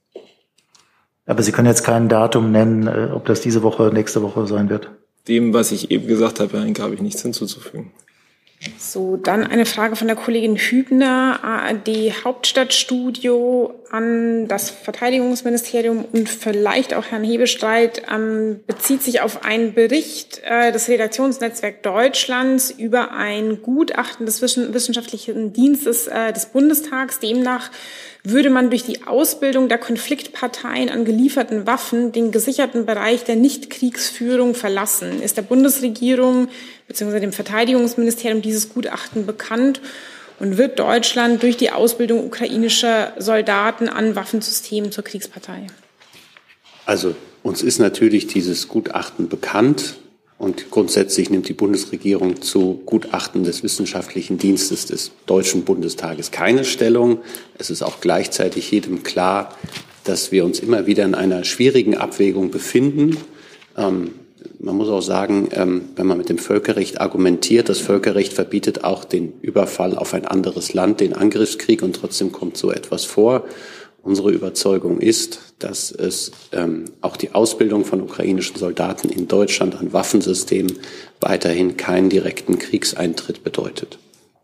Aber Sie können jetzt kein Datum nennen, äh, ob das diese Woche, nächste Woche sein wird. Dem, was ich eben gesagt habe, Herr Henke, habe ich nichts hinzuzufügen. So, dann eine Frage von der Kollegin Hübner, A R D Hauptstadtstudio an das Verteidigungsministerium und vielleicht auch Herrn Hebestreit, ähm, bezieht sich auf einen Bericht äh, des Redaktionsnetzwerk Deutschlands über ein Gutachten des Wissenschaftlichen Dienstes äh, des Bundestags. Demnach würde man durch die Ausbildung der Konfliktparteien an gelieferten Waffen den gesicherten Bereich der Nichtkriegsführung verlassen. Ist der Bundesregierung bzw. dem Verteidigungsministerium dieses Gutachten bekannt und wird Deutschland durch die Ausbildung ukrainischer Soldaten an Waffensystemen zur Kriegspartei? Also uns ist natürlich dieses Gutachten bekannt. Und grundsätzlich nimmt die Bundesregierung zu Gutachten des Wissenschaftlichen Dienstes des Deutschen Bundestages keine Stellung. Es ist auch gleichzeitig jedem klar, dass wir uns immer wieder in einer schwierigen Abwägung befinden. Ähm, man muss auch sagen, ähm, wenn man mit dem Völkerrecht argumentiert, das Völkerrecht verbietet auch den Überfall auf ein anderes Land, den Angriffskrieg, und trotzdem kommt so etwas vor. Unsere Überzeugung ist, dass es ähm, auch die Ausbildung von ukrainischen Soldaten in Deutschland an Waffensystemen weiterhin keinen direkten Kriegseintritt bedeutet.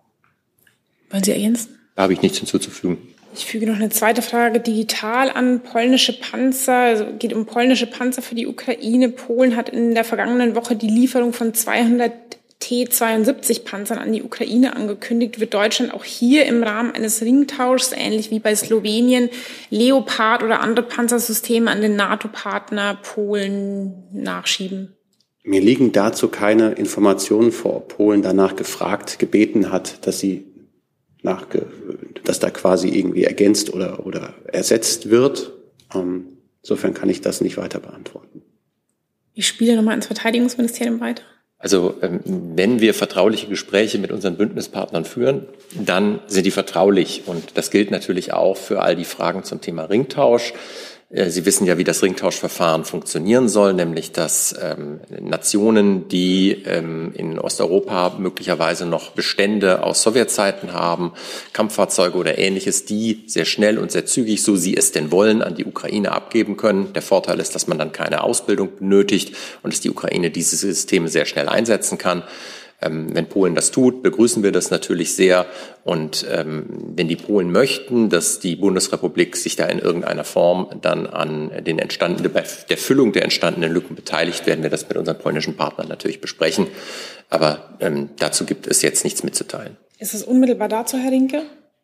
Wollen Sie ergänzen? Da habe ich nichts hinzuzufügen. Ich füge noch eine zweite Frage digital an. Polnische Panzer, also geht um polnische Panzer für die Ukraine. Polen hat in der vergangenen Woche die Lieferung von zweihundert T zweiundsiebzig Panzern an die Ukraine angekündigt. Wird Deutschland auch hier im Rahmen eines Ringtauschs, ähnlich wie bei Slowenien, Leopard oder andere Panzersysteme an den NATO-Partner Polen nachschieben? Mir liegen dazu keine Informationen vor, ob Polen danach gefragt, gebeten hat, dass sie nach, dass da quasi irgendwie ergänzt oder, oder ersetzt wird. Insofern kann ich das nicht weiter beantworten. Ich spiele nochmal ins Verteidigungsministerium weiter. Also wenn wir vertrauliche Gespräche mit unseren Bündnispartnern führen, dann sind die vertraulich. Und das gilt natürlich auch für all die Fragen zum Thema Ringtausch. Sie wissen ja, wie das Ringtauschverfahren funktionieren soll, nämlich dass ähm, Nationen, die ähm, in Osteuropa möglicherweise noch Bestände aus Sowjetzeiten haben, Kampffahrzeuge oder Ähnliches, die sehr schnell und sehr zügig, so sie es denn wollen, an die Ukraine abgeben können. Der Vorteil ist, dass man dann keine Ausbildung benötigt und dass die Ukraine diese Systeme sehr schnell einsetzen kann. Ähm, wenn Polen das tut, begrüßen wir das natürlich sehr. Und ähm, wenn die Polen möchten, dass die Bundesrepublik sich da in irgendeiner Form dann an den entstandenen, der Füllung der entstandenen Lücken beteiligt, werden wir das mit unseren polnischen Partnern natürlich besprechen. Aber ähm, dazu gibt es jetzt nichts mitzuteilen. Ist es unmittelbar dazu, Herr Rinke?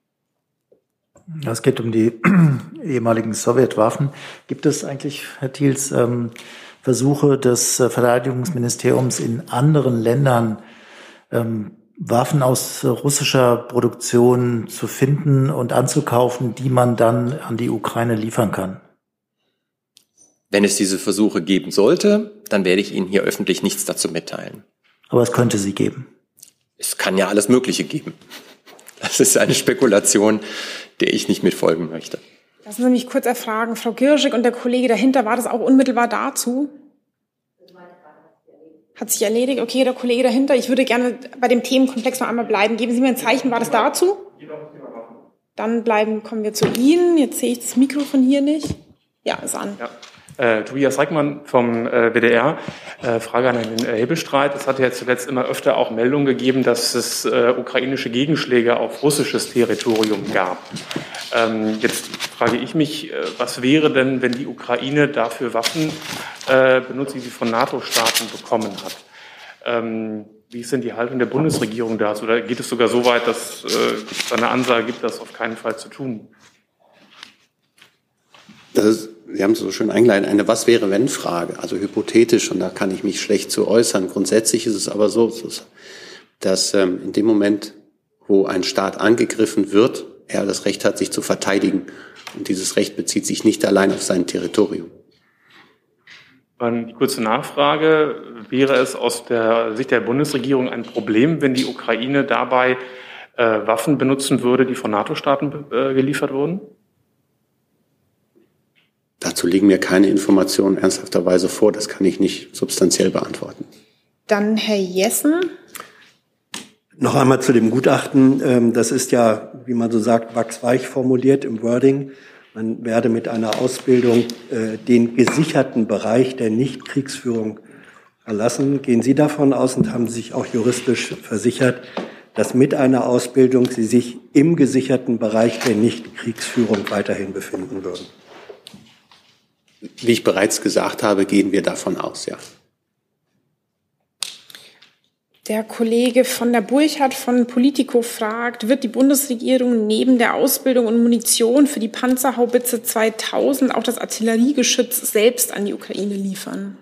Es geht um die ehemaligen Sowjetwaffen. Gibt es eigentlich, Herr Thiels, ähm, Versuche des äh, Verteidigungsministeriums in anderen Ländern, ähm, Waffen aus äh, russischer Produktion zu finden und anzukaufen, die man dann an die Ukraine liefern kann? Wenn es diese Versuche geben sollte, dann werde ich Ihnen hier öffentlich nichts dazu mitteilen. Aber es könnte sie geben. Es kann ja alles Mögliche geben. Das ist eine Spekulation, der ich nicht mitfolgen möchte. Lassen Sie mich kurz erfragen, Frau Girschek und der Kollege dahinter, war das auch unmittelbar dazu? Hat sich erledigt? Okay, der Kollege dahinter, ich würde gerne bei dem Themenkomplex noch einmal bleiben. Geben Sie mir ein Zeichen, war das dazu? Dann bleiben, kommen wir zu Ihnen. Jetzt sehe ich das Mikrofon hier nicht. Ja, ist an. Ja. Äh, Tobias Reickmann vom äh, W D R. Äh, Frage an Herrn äh, Hebestreit. Es hat ja zuletzt immer öfter auch Meldungen gegeben, dass es äh, ukrainische Gegenschläge auf russisches Territorium gab. Ähm, jetzt frage ich mich, äh, was wäre denn, wenn die Ukraine dafür Waffen äh, benutzt, die sie von NATO-Staaten bekommen hat? Ähm, wie ist denn die Haltung der Bundesregierung dazu? Oder geht es sogar so weit, dass äh, es eine Ansage gibt, das auf keinen Fall zu tun? Das ist, Sie haben es so schön eingeleitet, eine Was-wäre-wenn-Frage, also hypothetisch, und da kann ich mich schlecht zu äußern. Grundsätzlich ist es aber so, es ist dass ähm, in dem Moment, wo ein Staat angegriffen wird, er das Recht hat, sich zu verteidigen. Und dieses Recht bezieht sich nicht allein auf sein Territorium. Die kurze Nachfrage, wäre es aus der Sicht der Bundesregierung ein Problem, wenn die Ukraine dabei äh, Waffen benutzen würde, die von NATO-Staaten äh, geliefert wurden? Dazu liegen mir keine Informationen ernsthafterweise vor. Das kann ich nicht substanziell beantworten. Dann Herr Jessen. Noch einmal zu dem Gutachten. Das ist ja, wie man so sagt, wachsweich formuliert im Wording. Man werde mit einer Ausbildung den gesicherten Bereich der Nichtkriegsführung verlassen. Gehen Sie davon aus und haben Sie sich auch juristisch versichert, dass mit einer Ausbildung Sie sich im gesicherten Bereich der Nichtkriegsführung weiterhin befinden würden? Wie ich bereits gesagt habe, gehen wir davon aus, ja. Der Kollege von der Burchardt von Politico fragt, wird die Bundesregierung neben der Ausbildung und Munition für die Panzerhaubitze zweitausend auch das Artilleriegeschütz selbst an die Ukraine liefern?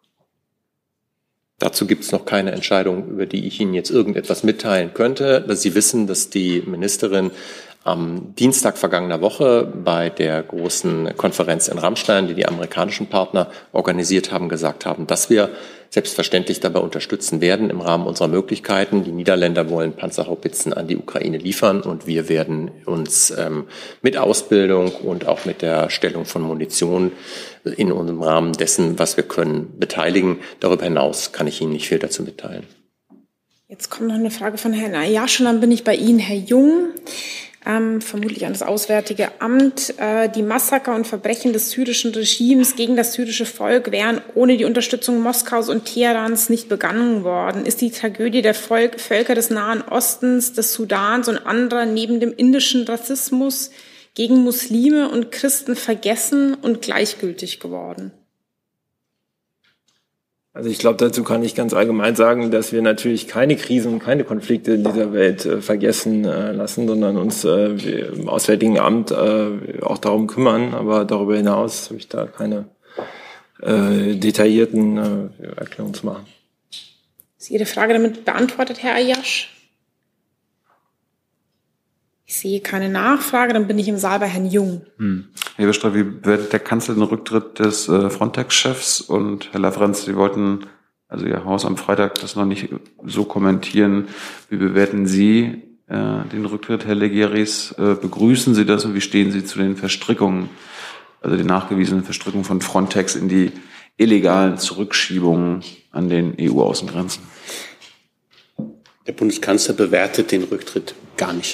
Dazu gibt es noch keine Entscheidung, über die ich Ihnen jetzt irgendetwas mitteilen könnte. Sie wissen, dass die Ministerin am Dienstag vergangener Woche bei der großen Konferenz in Ramstein, die die amerikanischen Partner organisiert haben, gesagt haben, dass wir selbstverständlich dabei unterstützen werden im Rahmen unserer Möglichkeiten. Die Niederländer wollen Panzerhaubitzen an die Ukraine liefern und wir werden uns ähm, mit Ausbildung und auch mit der Stellung von Munition in unserem Rahmen dessen, was wir können, beteiligen. Darüber hinaus kann ich Ihnen nicht viel dazu mitteilen. Jetzt kommt noch eine Frage von Herrn Ayash und dann bin ich bei Ihnen, Herr Jung. Ähm, vermutlich an das Auswärtige Amt. Äh, die Massaker und Verbrechen des syrischen Regimes gegen das syrische Volk wären ohne die Unterstützung Moskaus und Teherans nicht begangen worden. Ist die Tragödie der Volk, Völker des Nahen Ostens, des Sudans und anderer neben dem indischen Rassismus gegen Muslime und Christen vergessen und gleichgültig geworden? Also ich glaube, dazu kann ich ganz allgemein sagen, dass wir natürlich keine Krisen und keine Konflikte in dieser Welt äh, vergessen äh, lassen, sondern uns äh, im Auswärtigen Amt äh, auch darum kümmern. Aber darüber hinaus habe ich da keine äh, detaillierten äh, Erklärungen zu machen. Ist Ihre Frage damit beantwortet, Herr Ayash? Ich sehe keine Nachfrage, dann bin ich im Saal bei Herrn Jung. Hm. Herr Westreit, wie bewertet der Kanzler den Rücktritt des äh, Frontex-Chefs? Und Herr Lavrenz, Sie wollten, also Ihr Haus am Freitag, das noch nicht so kommentieren. Wie bewerten Sie äh, den Rücktritt, Herr Leggeris? Äh, begrüßen Sie das und wie stehen Sie zu den Verstrickungen, also den nachgewiesenen Verstrickungen von Frontex in die illegalen Zurückschiebungen an den E U-Außengrenzen? Der Bundeskanzler bewertet den Rücktritt gar nicht.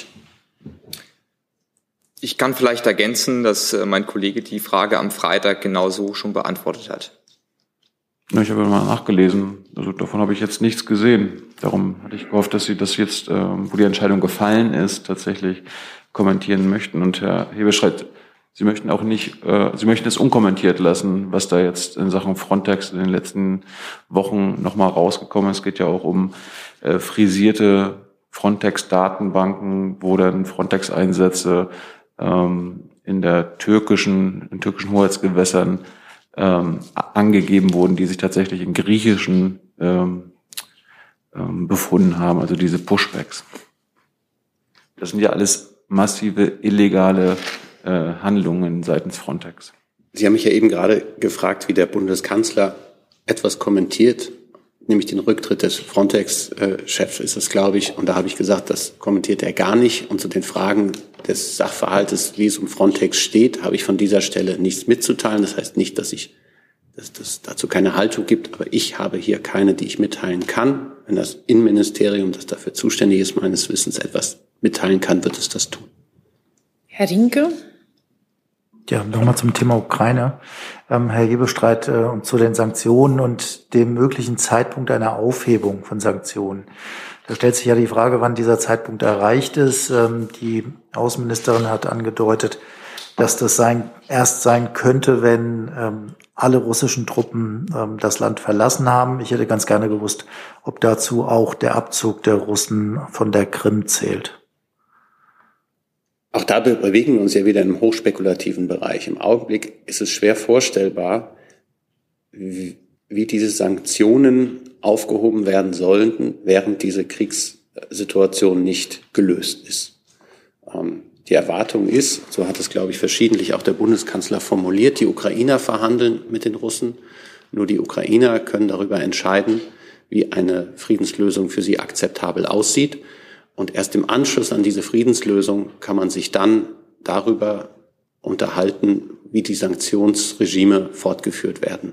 Ich kann vielleicht ergänzen, dass mein Kollege die Frage am Freitag genauso schon beantwortet hat. Ja, ich habe mal nachgelesen. Also davon habe ich jetzt nichts gesehen. Darum hatte ich gehofft, dass Sie das jetzt, wo die Entscheidung gefallen ist, tatsächlich kommentieren möchten. Und Herr Hebestreit, Sie möchten auch nicht, Sie möchten es unkommentiert lassen, was da jetzt in Sachen Frontex in den letzten Wochen nochmal rausgekommen ist. Es geht ja auch um frisierte Frontex-Datenbanken, wo dann Frontex-Einsätze ähm, in der türkischen, in türkischen Hoheitsgewässern ähm, angegeben wurden, die sich tatsächlich in griechischen ähm, ähm, befunden haben, also diese Pushbacks. Das sind ja alles massive illegale äh, Handlungen seitens Frontex. Sie haben mich ja eben gerade gefragt, wie der Bundeskanzler etwas kommentiert, nämlich den Rücktritt des Frontex-Chefs ist es, glaube ich. Und da habe ich gesagt, das kommentiert er gar nicht. Und zu den Fragen des Sachverhaltes, wie es um Frontex steht, habe ich von dieser Stelle nichts mitzuteilen. Das heißt nicht, dass ich, dass das dazu keine Haltung gibt, aber ich habe hier keine, die ich mitteilen kann. Wenn das Innenministerium, das dafür zuständig ist, meines Wissens etwas mitteilen kann, wird es das tun. Herr Rinke? Ja, nochmal zum Thema Ukraine. Ähm, Herr Hebestreit, äh, und zu den Sanktionen und dem möglichen Zeitpunkt einer Aufhebung von Sanktionen. Da stellt sich ja die Frage, wann dieser Zeitpunkt erreicht ist. Ähm, die Außenministerin hat angedeutet, dass das sein, erst sein könnte, wenn ähm, alle russischen Truppen ähm, das Land verlassen haben. Ich hätte ganz gerne gewusst, ob dazu auch der Abzug der Russen von der Krim zählt. Auch da bewegen wir uns ja wieder im hochspekulativen Bereich. Im Augenblick ist es schwer vorstellbar, wie, wie diese Sanktionen aufgehoben werden sollten, während diese Kriegs, Situation nicht gelöst ist. Die Erwartung ist, so hat es, glaube ich, verschiedentlich auch der Bundeskanzler formuliert, die Ukrainer verhandeln mit den Russen. Nur die Ukrainer können darüber entscheiden, wie eine Friedenslösung für sie akzeptabel aussieht. Und erst im Anschluss an diese Friedenslösung kann man sich dann darüber unterhalten, wie die Sanktionsregime fortgeführt werden.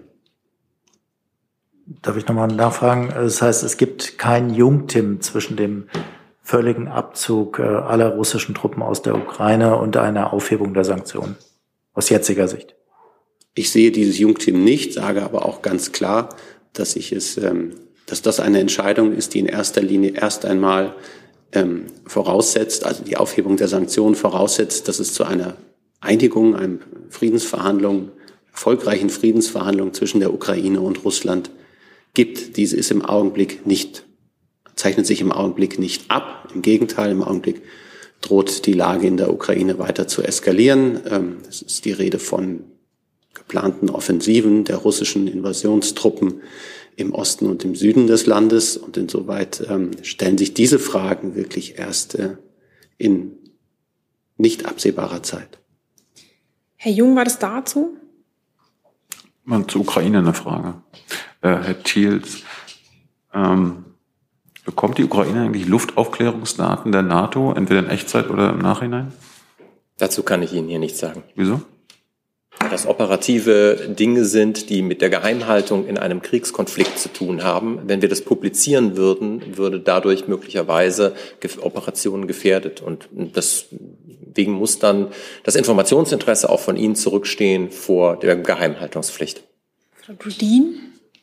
Darf ich nochmal nachfragen? Das heißt, es gibt kein Jungtim zwischen dem völligen Abzug aller russischen Truppen aus der Ukraine und einer Aufhebung der Sanktionen aus jetziger Sicht? Ich sehe dieses Jungtim nicht, sage aber auch ganz klar, dass ich es, dass das eine Entscheidung ist, die in erster Linie erst einmal ähm, voraussetzt, also die Aufhebung der Sanktionen voraussetzt, dass es zu einer Einigung, einem Friedensverhandlung, erfolgreichen Friedensverhandlungen zwischen der Ukraine und Russland gibt. Diese ist im Augenblick nicht zeichnet sich im Augenblick nicht ab. Im Gegenteil, im Augenblick droht die Lage in der Ukraine weiter zu eskalieren. Es ist die Rede von geplanten Offensiven der russischen Invasionstruppen im Osten und im Süden des Landes. Und insoweit stellen sich diese Fragen wirklich erst in nicht absehbarer Zeit. Herr Jung, war das dazu? Mal zur Ukraine eine Frage. Äh, Herr Thiels, ähm, bekommt die Ukraine eigentlich Luftaufklärungsdaten der NATO, entweder in Echtzeit oder im Nachhinein? Dazu kann ich Ihnen hier nichts sagen. Wieso? Das operative Dinge sind, die mit der Geheimhaltung in einem Kriegskonflikt zu tun haben. Wenn wir das publizieren würden, würde dadurch möglicherweise Operationen gefährdet. Und deswegen muss dann das Informationsinteresse auch von Ihnen zurückstehen vor der Geheimhaltungspflicht. Frau Dudin?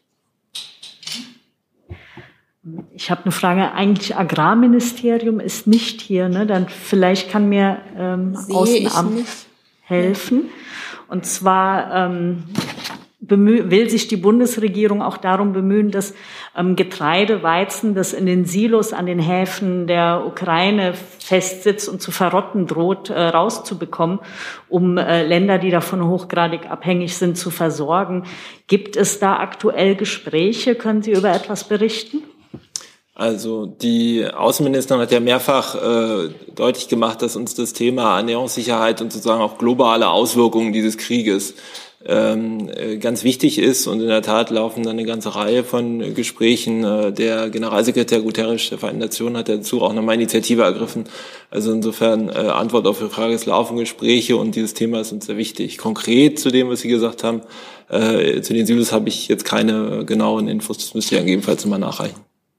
Ich habe eine Frage. Eigentlich Agrarministerium ist nicht hier, ne? Dann vielleicht kann mir ähm, Außenamt helfen. Und zwar ähm, bemüh- will sich die Bundesregierung auch darum bemühen, dass ähm, Getreide, Weizen, das in den Silos an den Häfen der Ukraine festsitzt und zu verrotten droht, äh, rauszubekommen, um äh, Länder, die davon hochgradig abhängig sind, zu versorgen. Gibt es da aktuell Gespräche? Können Sie über etwas berichten? Also die Außenministerin hat ja mehrfach äh, deutlich gemacht, dass uns das Thema Ernährungssicherheit und sozusagen auch globale Auswirkungen dieses Krieges ähm, äh, ganz wichtig ist. Und in der Tat laufen dann eine ganze Reihe von Gesprächen. Äh, der Generalsekretär Guterres der Vereinten Nationen hat dazu auch nochmal Initiative ergriffen. Also insofern äh, Antwort auf Ihre Frage, es laufen Gespräche und dieses Thema ist uns sehr wichtig. Konkret zu dem, was Sie gesagt haben, äh, zu den Silos habe ich jetzt keine genauen Infos. Das müsste ich gegebenenfalls mal nachreichen.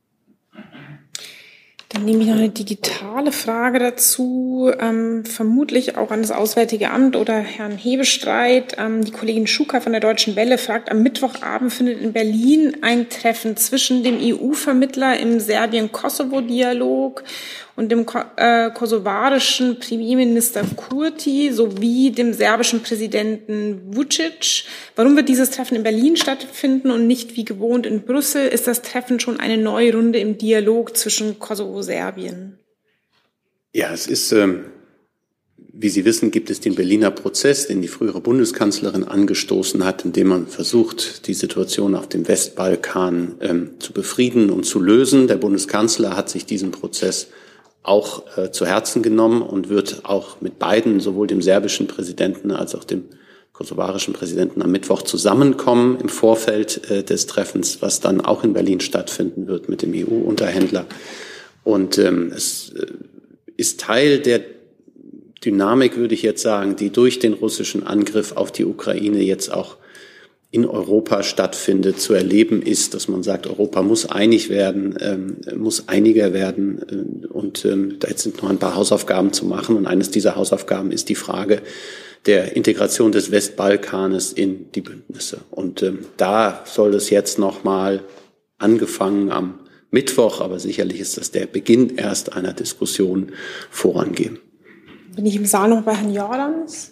Dann nehme ich noch eine digitale Frage dazu, ähm, vermutlich auch an das Auswärtige Amt oder Herrn Hebestreit. Ähm, die Kollegin Schuka von der Deutschen Welle fragt, am Mittwochabend findet in Berlin ein Treffen zwischen dem E U-Vermittler im Serbien-Kosovo-Dialog und dem ko- äh, kosovarischen Premierminister Kurti sowie dem serbischen Präsidenten Vučić. Warum wird dieses Treffen in Berlin stattfinden und nicht wie gewohnt in Brüssel? Ist das Treffen schon eine neue Runde im Dialog zwischen Kosovo und Serbien? Ja, es ist, ähm, wie Sie wissen, gibt es den Berliner Prozess, den die frühere Bundeskanzlerin angestoßen hat, in dem man versucht, die Situation auf dem Westbalkan ähm, zu befrieden und zu lösen. Der Bundeskanzler hat sich diesen Prozess auch äh, zu Herzen genommen und wird auch mit beiden, sowohl dem serbischen Präsidenten als auch dem kosovarischen Präsidenten, am Mittwoch zusammenkommen im Vorfeld äh, des Treffens, was dann auch in Berlin stattfinden wird mit dem E U-Unterhändler. Und ähm, es äh, ist Teil der Dynamik, würde ich jetzt sagen, die durch den russischen Angriff auf die Ukraine jetzt auch in Europa stattfindet, zu erleben ist, dass man sagt, Europa muss einig werden, ähm, muss einiger werden. Äh, und ähm, da jetzt sind noch ein paar Hausaufgaben zu machen. Und eines dieser Hausaufgaben ist die Frage der Integration des Westbalkanes in die Bündnisse. Und ähm, da soll es jetzt nochmal angefangen am Mittwoch, aber sicherlich ist das der Beginn erst einer Diskussion, vorangehen. Bin ich im Saal noch bei Herrn Jordans?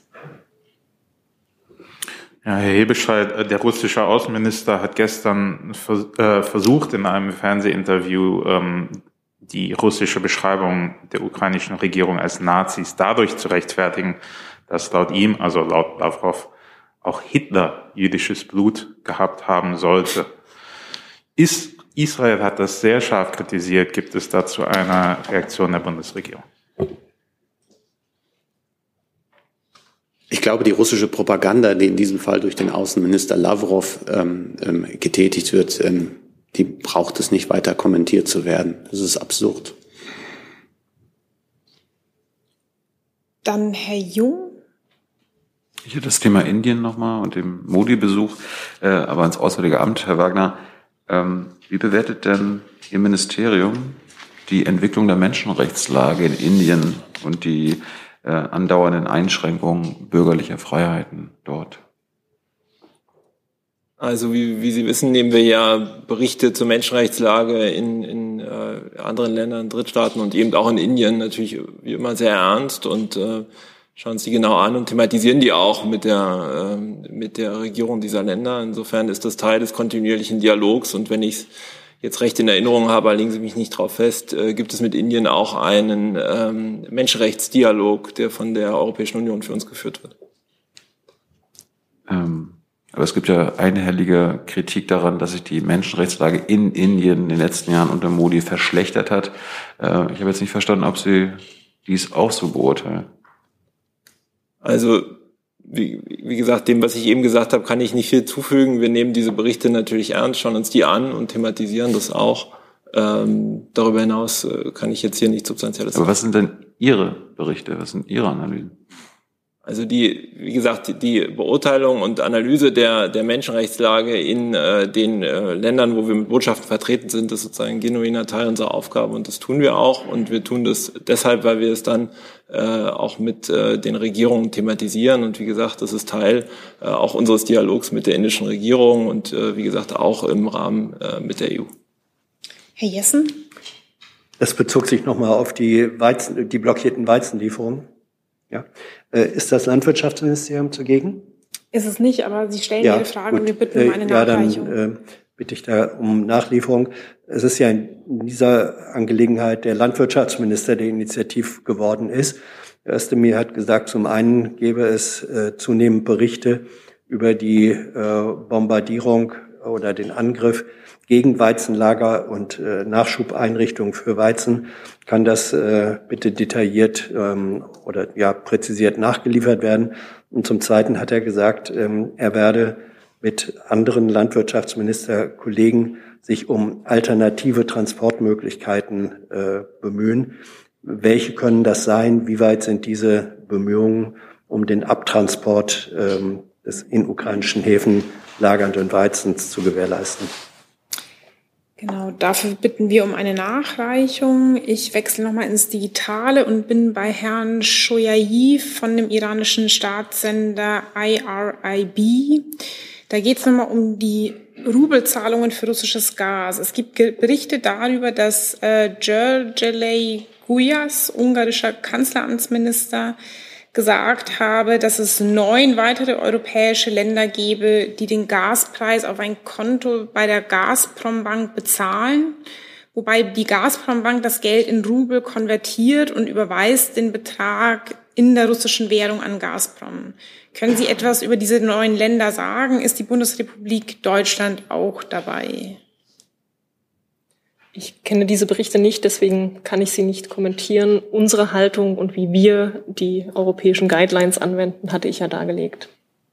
Ja, Herr Hebestreit, der russische Außenminister hat gestern versucht, in einem Fernsehinterview ähm, die russische Beschreibung der ukrainischen Regierung als Nazis dadurch zu rechtfertigen, dass laut ihm, also laut Lavrov, auch Hitler jüdisches Blut gehabt haben sollte. Ist Israel hat das sehr scharf kritisiert. Gibt es dazu eine Reaktion der Bundesregierung? Ich glaube, die russische Propaganda, die in diesem Fall durch den Außenminister Lavrov ähm, ähm, getätigt wird, ähm, die braucht es nicht weiter kommentiert zu werden. Das ist absurd. Dann Herr Jung. Ich hätte das Thema Indien nochmal und dem Modi-Besuch, äh, aber ans Auswärtige Amt, Herr Wagner. Ähm, wie bewertet denn Ihr Ministerium die Entwicklung der Menschenrechtslage in Indien und die äh, andauernden Einschränkungen bürgerlicher Freiheiten dort? Also wie, wie Sie wissen, nehmen wir ja Berichte zur Menschenrechtslage in, in äh, anderen Ländern, Drittstaaten und eben auch in Indien natürlich wie immer sehr ernst und äh, schauen uns die genau an und thematisieren die auch mit der, äh, mit der Regierung dieser Länder. Insofern ist das Teil des kontinuierlichen Dialogs und wenn ich es jetzt recht in Erinnerung habe, legen Sie mich nicht drauf fest, äh, gibt es mit Indien auch einen ähm, Menschenrechtsdialog, der von der Europäischen Union für uns geführt wird. Ähm, aber es gibt ja einhellige Kritik daran, dass sich die Menschenrechtslage in Indien in den letzten Jahren unter Modi verschlechtert hat. Äh, ich habe jetzt nicht verstanden, ob Sie dies auch so beurteilen. Also wie, wie gesagt, dem, was ich eben gesagt habe, kann ich nicht viel zufügen. Wir nehmen diese Berichte natürlich ernst, schauen uns die an und thematisieren das auch. Ähm, darüber hinaus äh, kann ich jetzt hier nichts Substanzielles sagen. Aber was sind denn Ihre Berichte? Was sind Ihre Analysen? Also die, wie gesagt, die, die Beurteilung und Analyse der, der Menschenrechtslage in äh, den äh, Ländern, wo wir mit Botschaften vertreten sind, ist sozusagen ein genuiner Teil unserer Aufgabe und das tun wir auch. Und wir tun das deshalb, weil wir es dann äh, auch mit äh, den Regierungen thematisieren. Und wie gesagt, das ist Teil äh, auch unseres Dialogs mit der indischen Regierung und äh, wie gesagt auch im Rahmen äh, mit der E U. Herr Jessen? Das bezog sich nochmal auf die Weizen, die blockierten Weizenlieferungen. Ja. Ist das Landwirtschaftsministerium zugegen? Ist es nicht, aber Sie stellen ja, Ihre Frage gut. und wir bitten um eine ja, Nachreichung. Dann äh, bitte ich da um Nachlieferung. Es ist ja in dieser Angelegenheit der Landwirtschaftsminister, der initiativ geworden ist. Herr Özdemir hat gesagt, zum einen gäbe es äh, zunehmend Berichte über die äh, Bombardierung oder den Angriff gegen Weizenlager und äh, Nachschubeinrichtungen für Weizen. Kann das äh, bitte detailliert ähm, oder ja präzisiert nachgeliefert werden? Und zum Zweiten hat er gesagt, ähm, er werde mit anderen Landwirtschaftsministerkollegen sich um alternative Transportmöglichkeiten äh, bemühen. Welche können das sein? Wie weit sind diese Bemühungen um den Abtransport ähm, des in ukrainischen Häfen lagernden Weizens zu gewährleisten? Genau, dafür bitten wir um eine Nachreichung. Ich wechsle nochmal ins Digitale und bin bei Herrn Shoyayev von dem iranischen Staatssender I R I B. Da geht es nochmal um die Rubelzahlungen für russisches Gas. Es gibt Berichte darüber, dass äh, Gergelej Gulyas, ungarischer Kanzleramtsminister, gesagt habe, dass es neun weitere europäische Länder gebe, die den Gaspreis auf ein Konto bei der Gazprom-Bank bezahlen, wobei die Gazprom-Bank das Geld in Rubel konvertiert und überweist den Betrag in der russischen Währung an Gazprom. Können Sie etwas über diese neuen Länder sagen? Ist die Bundesrepublik Deutschland auch dabei? Ich kenne diese Berichte nicht, deswegen kann ich sie nicht kommentieren. Unsere Haltung und wie wir die europäischen Guidelines anwenden, hatte ich ja dargelegt.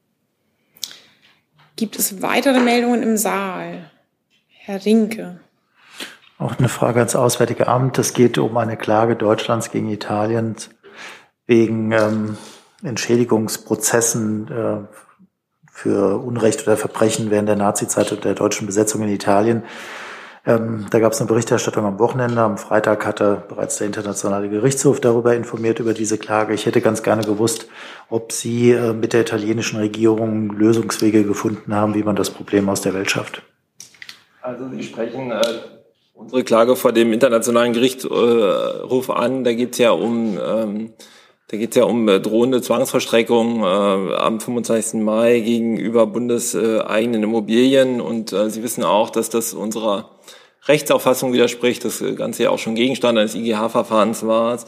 Gibt es weitere Meldungen im Saal? Herr Rinke. Auch eine Frage ans Auswärtige Amt. Es geht um eine Klage Deutschlands gegen Italien wegen ähm, Entschädigungsprozessen äh, für Unrecht oder Verbrechen während der Nazizeit und der deutschen Besetzung in Italien. Ähm, da gab es eine Berichterstattung am Wochenende. Am Freitag hatte bereits der Internationale Gerichtshof darüber informiert, über diese Klage. Ich hätte ganz gerne gewusst, ob Sie äh, mit der italienischen Regierung Lösungswege gefunden haben, wie man das Problem aus der Welt schafft. Also Sie sprechen äh, unsere Klage vor dem Internationalen Gerichtshof an. Da geht es ja um... Ähm, Da geht es ja um äh, drohende Zwangsvollstreckung äh, am fünfundzwanzigsten Mai gegenüber bundeseigenen Immobilien. Und äh, Sie wissen auch, dass das unserer Rechtsauffassung widerspricht. Das Ganze ja auch schon Gegenstand eines I G H-Verfahrens war.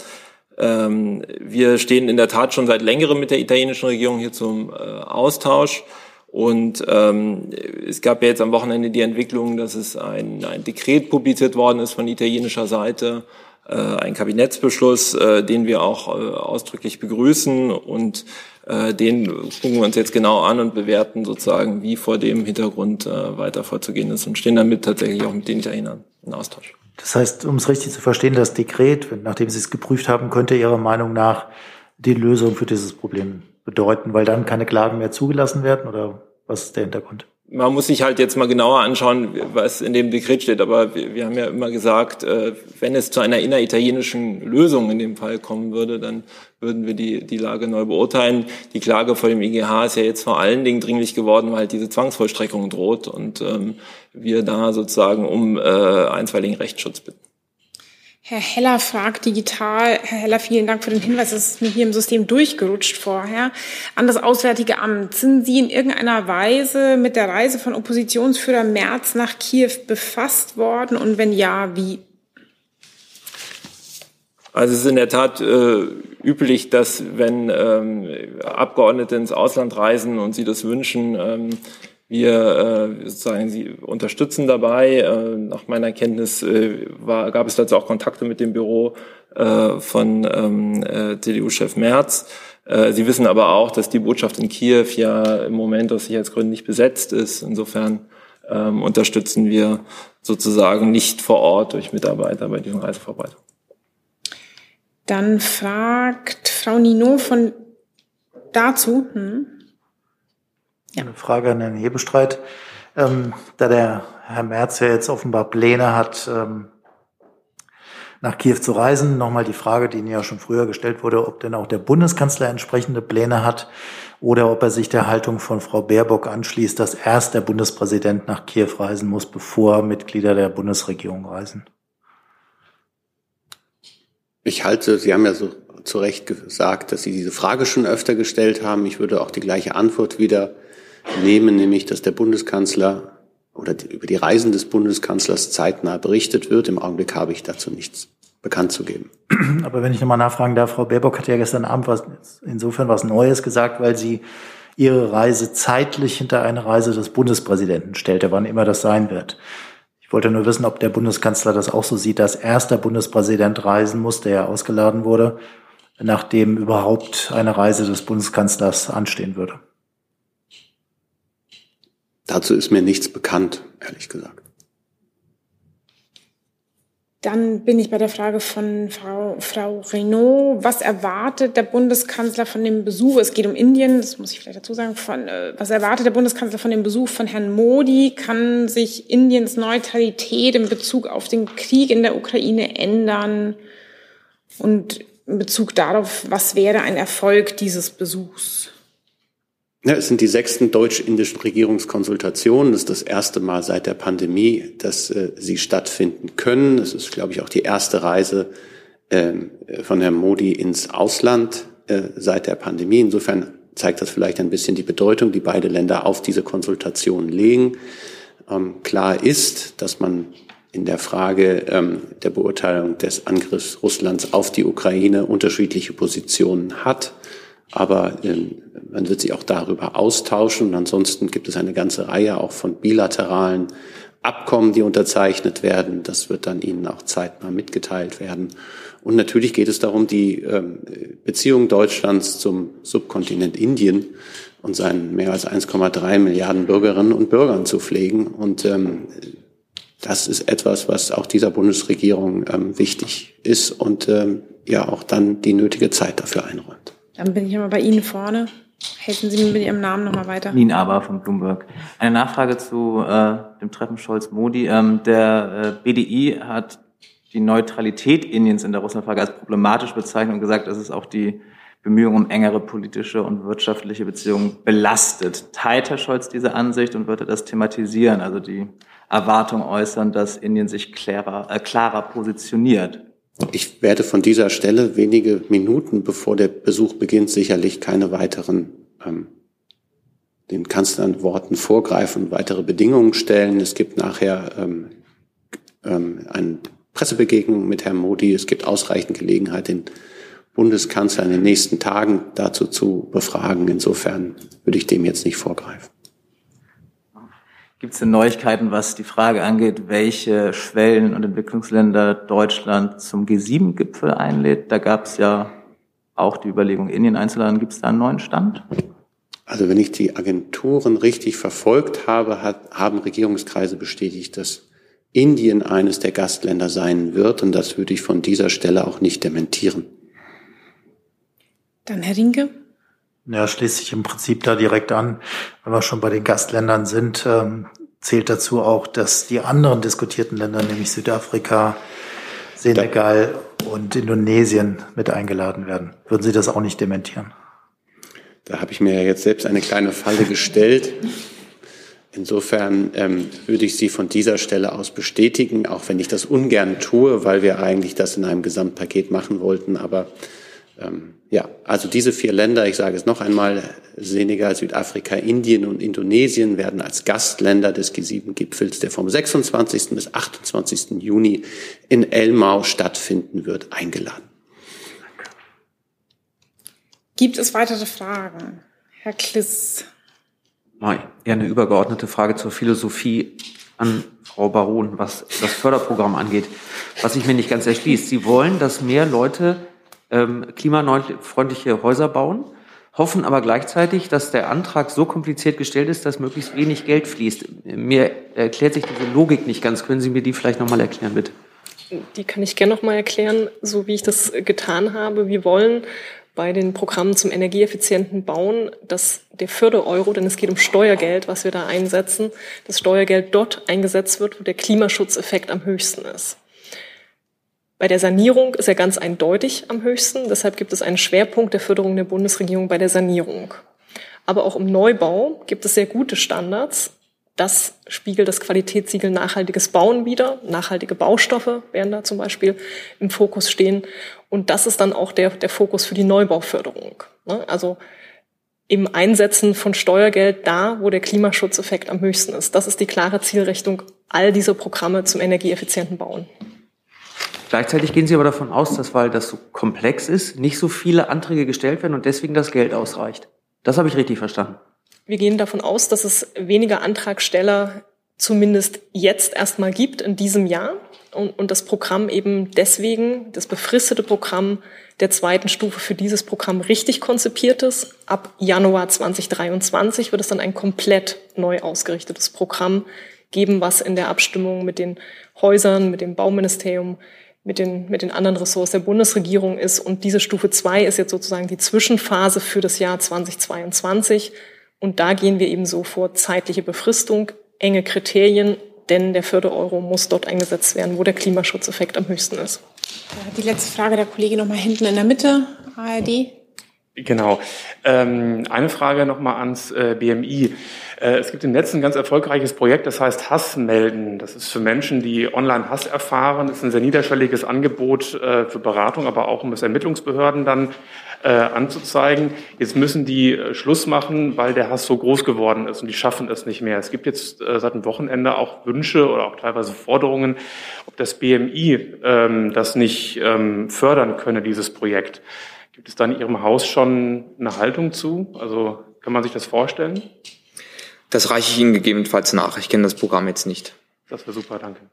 Ähm, wir stehen in der Tat schon seit längerem mit der italienischen Regierung hier zum äh, Austausch. Und ähm, es gab ja jetzt am Wochenende die Entwicklung, dass es ein, ein Dekret publiziert worden ist von italienischer Seite, äh, ein Kabinettsbeschluss, äh, den wir auch äh, ausdrücklich begrüßen und äh, den gucken wir uns jetzt genau an und bewerten sozusagen, wie vor dem Hintergrund äh, weiter vorzugehen ist und stehen damit tatsächlich auch mit den Italienern in Austausch. Das heißt, um es richtig zu verstehen, das Dekret, nachdem Sie es geprüft haben, könnte Ihrer Meinung nach die Lösung für dieses Problem bedeuten, weil dann keine Klagen mehr zugelassen werden, oder was ist der Hintergrund? Man muss sich halt jetzt mal genauer anschauen, was in dem Dekret steht. Aber wir, wir haben ja immer gesagt, äh, wenn es zu einer inneritalienischen Lösung in dem Fall kommen würde, dann würden wir die, die Lage neu beurteilen. Die Klage vor dem I G H ist ja jetzt vor allen Dingen dringlich geworden, weil halt diese Zwangsvollstreckung droht und ähm, wir da sozusagen um äh, einstweiligen Rechtsschutz bitten. Herr Heller fragt digital. Herr Heller, vielen Dank für den Hinweis. Das ist mir hier im System durchgerutscht vorher. An das Auswärtige Amt. Sind Sie in irgendeiner Weise mit der Reise von Oppositionsführer Merz nach Kiew befasst worden? Und wenn ja, wie? Also es ist in der Tat äh, üblich, dass wenn ähm, Abgeordnete ins Ausland reisen und sie das wünschen, ähm, wir äh, sozusagen sie unterstützen dabei. Äh, nach meiner Kenntnis äh, war, gab es dazu auch Kontakte mit dem Büro äh, von ähm, äh, C D U-Chef Merz. Äh, Sie wissen aber auch, dass die Botschaft in Kiew ja im Moment aus Sicherheitsgründen nicht besetzt ist. Insofern ähm, unterstützen wir sozusagen nicht vor Ort durch Mitarbeiter bei diesen Reisevorbereitungen. Dann fragt Frau Nino von dazu. Hm? Ja. Eine Frage an Herrn Hebestreit. Ähm, da der Herr Merz ja jetzt offenbar Pläne hat, ähm, nach Kiew zu reisen, nochmal die Frage, die Ihnen ja schon früher gestellt wurde, ob denn auch der Bundeskanzler entsprechende Pläne hat oder ob er sich der Haltung von Frau Baerbock anschließt, dass erst der Bundespräsident nach Kiew reisen muss, bevor Mitglieder der Bundesregierung reisen. Ich halte, Sie haben ja so zu Recht gesagt, dass Sie diese Frage schon öfter gestellt haben. Ich würde auch die gleiche Antwort wieder nehmen, nämlich, dass der Bundeskanzler oder die, über die Reisen des Bundeskanzlers zeitnah berichtet wird. Im Augenblick habe ich dazu nichts bekannt zu geben. Aber wenn ich nochmal nachfragen darf, Frau Baerbock hat ja gestern Abend was, insofern was Neues gesagt, weil sie ihre Reise zeitlich hinter eine Reise des Bundespräsidenten stellte, wann immer das sein wird. Ich wollte nur wissen, ob der Bundeskanzler das auch so sieht, dass erst der Bundespräsident reisen muss, der ja ausgeladen wurde, nachdem überhaupt eine Reise des Bundeskanzlers anstehen würde. Dazu ist mir nichts bekannt, ehrlich gesagt. Dann bin ich bei der Frage von Frau, Frau Reynaud. Was erwartet der Bundeskanzler von dem Besuch? Es geht um Indien, das muss ich vielleicht dazu sagen. Von, äh, was erwartet der Bundeskanzler von dem Besuch von Herrn Modi? Kann sich Indiens Neutralität in Bezug auf den Krieg in der Ukraine ändern? Und in Bezug darauf, was wäre ein Erfolg dieses Besuchs? Ja, es sind die sechsten deutsch-indischen Regierungskonsultationen. Das ist das erste Mal seit der Pandemie, dass äh, sie stattfinden können. Es ist, glaube ich, auch die erste Reise äh, von Herrn Modi ins Ausland äh, seit der Pandemie. Insofern zeigt das vielleicht ein bisschen die Bedeutung, die beide Länder auf diese Konsultationen legen. Ähm, klar ist, dass man in der Frage ähm, der Beurteilung des Angriffs Russlands auf die Ukraine unterschiedliche Positionen hat. Aber ähm, man wird sich auch darüber austauschen. Und ansonsten gibt es eine ganze Reihe auch von bilateralen Abkommen, die unterzeichnet werden. Das wird dann Ihnen auch zeitnah mitgeteilt werden. Und natürlich geht es darum, die ähm, Beziehung Deutschlands zum Subkontinent Indien und seinen mehr als eins Komma drei Milliarden Bürgerinnen und Bürgern zu pflegen. Und ähm, das ist etwas, was auch dieser Bundesregierung ähm, wichtig ist und ähm, ja auch dann die nötige Zeit dafür einräumt. Dann bin ich nochmal bei Ihnen vorne. Helfen Sie mir mit Ihrem Namen nochmal weiter. Nien Aber von Bloomberg. Eine Nachfrage zu äh, dem Treffen Scholz-Modi. Ähm, der äh, B D I hat die Neutralität Indiens in der Russlandfrage als problematisch bezeichnet und gesagt, dass es auch die Bemühungen um engere politische und wirtschaftliche Beziehungen belastet. Teilt Herr Scholz diese Ansicht und wird er das thematisieren, also die Erwartung äußern, dass Indien sich klarer, äh, klarer positioniert? Ich werde von dieser Stelle wenige Minuten, bevor der Besuch beginnt, sicherlich keine weiteren ähm, den Kanzlern Worten vorgreifen und weitere Bedingungen stellen. Es gibt nachher ähm, ähm, eine Pressebegegnung mit Herrn Modi. Es gibt ausreichend Gelegenheit, den Bundeskanzler in den nächsten Tagen dazu zu befragen. Insofern würde ich dem jetzt nicht vorgreifen. Gibt es denn Neuigkeiten, was die Frage angeht, welche Schwellen- und Entwicklungsländer Deutschland zum G sieben Gipfel einlädt? Da gab es ja auch die Überlegung, Indien einzuladen. Gibt es da einen neuen Stand? Also wenn ich die Agenturen richtig verfolgt habe, hat, haben Regierungskreise bestätigt, dass Indien eines der Gastländer sein wird. Und das würde ich von dieser Stelle auch nicht dementieren. Dann Herr Rinke. Ja, schließt sich im Prinzip da direkt an. Wenn wir schon bei den Gastländern sind, ähm, zählt dazu auch, dass die anderen diskutierten Länder, nämlich Südafrika, Senegal und Indonesien mit eingeladen werden. Würden Sie das auch nicht dementieren? Da habe ich mir ja jetzt selbst eine kleine Falle gestellt. Insofern ähm, würde ich Sie von dieser Stelle aus bestätigen, auch wenn ich das ungern tue, weil wir eigentlich das in einem Gesamtpaket machen wollten. Aber ähm, ja, also diese vier Länder, ich sage es noch einmal, Senegal, Südafrika, Indien und Indonesien werden als Gastländer des G sieben Gipfels, der vom sechsundzwanzigsten bis achtundzwanzigsten Juni in Elmau stattfinden wird, eingeladen. Gibt es weitere Fragen? Herr Kliss. Mal eher eine übergeordnete Frage zur Philosophie an Frau Baron, was das Förderprogramm angeht. Was sich mir nicht ganz erschließt. Sie wollen, dass mehr Leute ähm, klimafreundliche Häuser bauen, hoffen aber gleichzeitig, dass der Antrag so kompliziert gestellt ist, dass möglichst wenig Geld fließt. Mir erklärt sich diese Logik nicht ganz. Können Sie mir die vielleicht nochmal erklären, bitte? Die kann ich gerne nochmal erklären, so wie ich das getan habe. Wir wollen bei den Programmen zum energieeffizienten Bauen, dass der Fördereuro, denn es geht um Steuergeld, was wir da einsetzen, das Steuergeld dort eingesetzt wird, wo der Klimaschutzeffekt am höchsten ist. Bei der Sanierung ist er ganz eindeutig am höchsten, deshalb gibt es einen Schwerpunkt der Förderung der Bundesregierung bei der Sanierung. Aber auch im Neubau gibt es sehr gute Standards. Das spiegelt das Qualitätssiegel nachhaltiges Bauen wider. Nachhaltige Baustoffe werden da zum Beispiel im Fokus stehen. Und das ist dann auch der, der Fokus für die Neubauförderung. Also im Einsetzen von Steuergeld da, wo der Klimaschutzeffekt am höchsten ist. Das ist die klare Zielrichtung all dieser Programme zum energieeffizienten Bauen. Gleichzeitig gehen Sie aber davon aus, dass, weil das so komplex ist, nicht so viele Anträge gestellt werden und deswegen das Geld ausreicht. Das habe ich richtig verstanden. Wir gehen davon aus, dass es weniger Antragsteller zumindest jetzt erstmal gibt in diesem Jahr und, und das Programm eben deswegen, das befristete Programm der zweiten Stufe für dieses Programm richtig konzipiert ist. Ab Januar zweitausenddreiundzwanzig wird es dann ein komplett neu ausgerichtetes Programm geben, was in der Abstimmung mit den Häusern, mit dem Bauministerium, mit den, mit den anderen Ressorts der Bundesregierung ist. Und diese Stufe zwei ist jetzt sozusagen die Zwischenphase für das Jahr zweitausendzweiundzwanzig. Und da gehen wir eben so vor, zeitliche Befristung, enge Kriterien, denn der Fördereuro muss dort eingesetzt werden, wo der Klimaschutzeffekt am höchsten ist. Die letzte Frage der Kollege noch mal hinten in der Mitte, A R D. Genau. Ähm, eine Frage nochmal ans äh, B M I. Äh, es gibt im Netz ein ganz erfolgreiches Projekt, das heißt Hass melden. Das ist für Menschen, die online Hass erfahren. Das ist ein sehr niederschwelliges Angebot äh, für Beratung, aber auch um es Ermittlungsbehörden dann äh, anzuzeigen. Jetzt müssen die äh, Schluss machen, weil der Hass so groß geworden ist und die schaffen es nicht mehr. Es gibt jetzt äh, seit dem Wochenende auch Wünsche oder auch teilweise Forderungen, ob das B M I ähm, das nicht ähm, fördern könne, dieses Projekt. Gibt es da in Ihrem Haus schon eine Haltung zu? Also kann man sich das vorstellen? Das reiche ich Ihnen gegebenenfalls nach. Ich kenne das Programm jetzt nicht. Das wäre super, danke.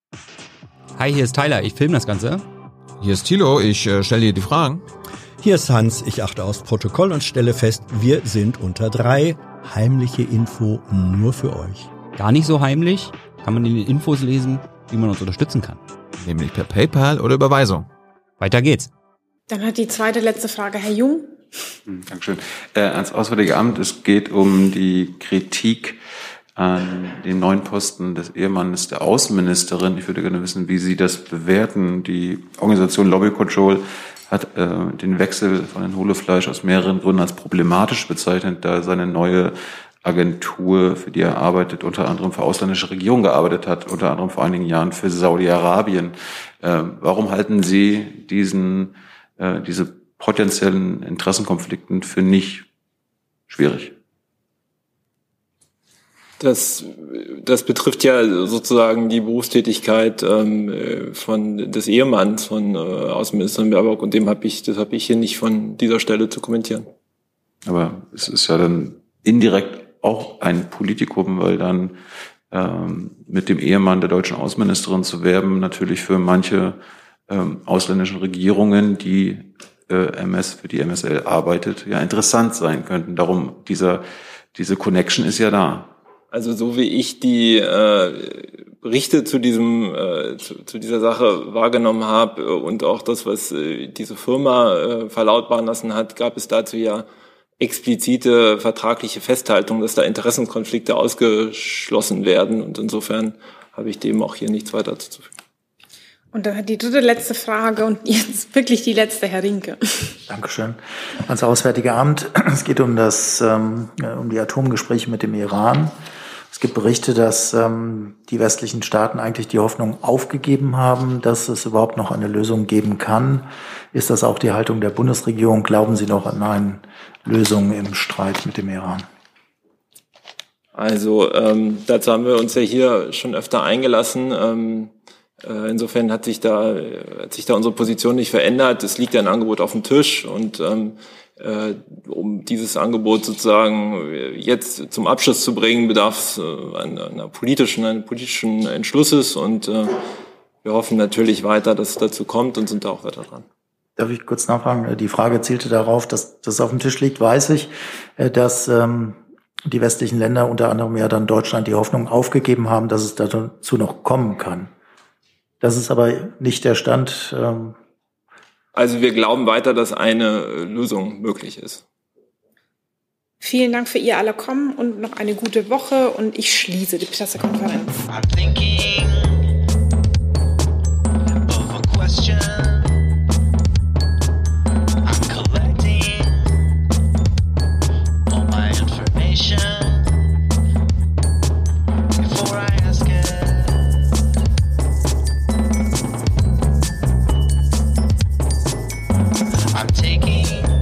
Hi, hier ist Tyler, ich filme das Ganze. Hier ist Thilo, ich äh, stelle dir die Fragen. Hier ist Hans, ich achte aufs Protokoll und stelle fest, wir sind unter drei. Heimliche Info nur für euch. Gar nicht so heimlich, kann man in den Infos lesen, wie man uns unterstützen kann. Nämlich per PayPal oder Überweisung. Weiter geht's. Dann hat die zweite letzte Frage Herr Jung. Dankeschön. Äh, ans Auswärtige Amt, es geht um die Kritik an den neuen Posten des Ehemannes der Außenministerin. Ich würde gerne wissen, wie Sie das bewerten. Die Organisation Lobby Control hat äh, den Wechsel von Herrn Hohlefleisch aus mehreren Gründen als problematisch bezeichnet, da seine neue Agentur, für die er arbeitet, unter anderem für ausländische Regierungen gearbeitet hat, unter anderem vor einigen Jahren für Saudi-Arabien. Äh, warum halten Sie diesen äh, diese potenziellen Interessenkonflikten für nicht schwierig? Das, das betrifft ja sozusagen die Berufstätigkeit ähm, von des Ehemanns von äh, Außenministerin Baerbock und dem habe ich, das habe ich hier nicht von dieser Stelle zu kommentieren. Aber es ist ja dann indirekt auch ein Politikum, weil dann ähm, mit dem Ehemann der deutschen Außenministerin zu werben, natürlich für manche ähm, ausländischen Regierungen, die äh, M S für die M S L arbeitet, ja interessant sein könnten. Darum, dieser, diese Connection ist ja da. Also so wie ich die äh, Berichte zu diesem äh, zu, zu dieser Sache wahrgenommen habe äh, und auch das, was äh, diese Firma äh, verlautbaren lassen hat, gab es dazu ja explizite vertragliche Festhaltung, dass da Interessenkonflikte ausgeschlossen werden. Und insofern habe ich dem auch hier nichts weiter zuzufügen. Und dann hat die dritte letzte Frage und jetzt wirklich die letzte, Herr Rinke. Dankeschön. Ans Auswärtige Amt. Es geht um das, ähm, um die Atomgespräche mit dem Iran. Es gibt Berichte, dass ähm, die westlichen Staaten eigentlich die Hoffnung aufgegeben haben, dass es überhaupt noch eine Lösung geben kann. Ist das auch die Haltung der Bundesregierung? Glauben Sie noch an eine Lösung im Streit mit dem Iran? Also ähm, dazu haben wir uns ja hier schon öfter eingelassen. Ähm, äh, insofern hat sich da hat sich da unsere Position nicht verändert. Es liegt ja ein Angebot auf dem Tisch und ähm, äh, um dieses Angebot sozusagen jetzt zum Abschluss zu bringen, bedarf es äh, einer, einer politischen, eines politischen Entschlusses und äh, wir hoffen natürlich weiter, dass es dazu kommt und sind da auch weiter dran. Darf ich kurz nachfragen? Die Frage zielte darauf, dass das auf dem Tisch liegt, weiß ich, dass ähm, die westlichen Länder, unter anderem ja dann Deutschland, die Hoffnung aufgegeben haben, dass es dazu noch kommen kann. Das ist aber nicht der Stand. Ähm also wir glauben weiter, dass eine Lösung möglich ist. Vielen Dank für Ihr aller Kommen und noch eine gute Woche und ich schließe die Pressekonferenz. I'm thinking of a question. I'm collecting all my information before I ask it. I'm taking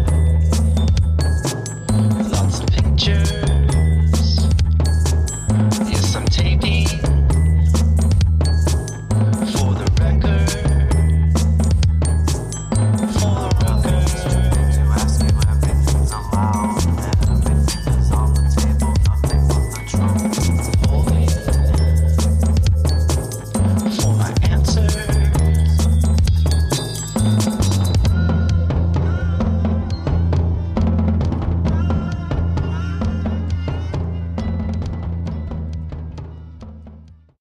lots of pictures. Yes, I'm taping for the record. For the record. You ask me where everything's allowed, and everything is on the table, nothing but the truth.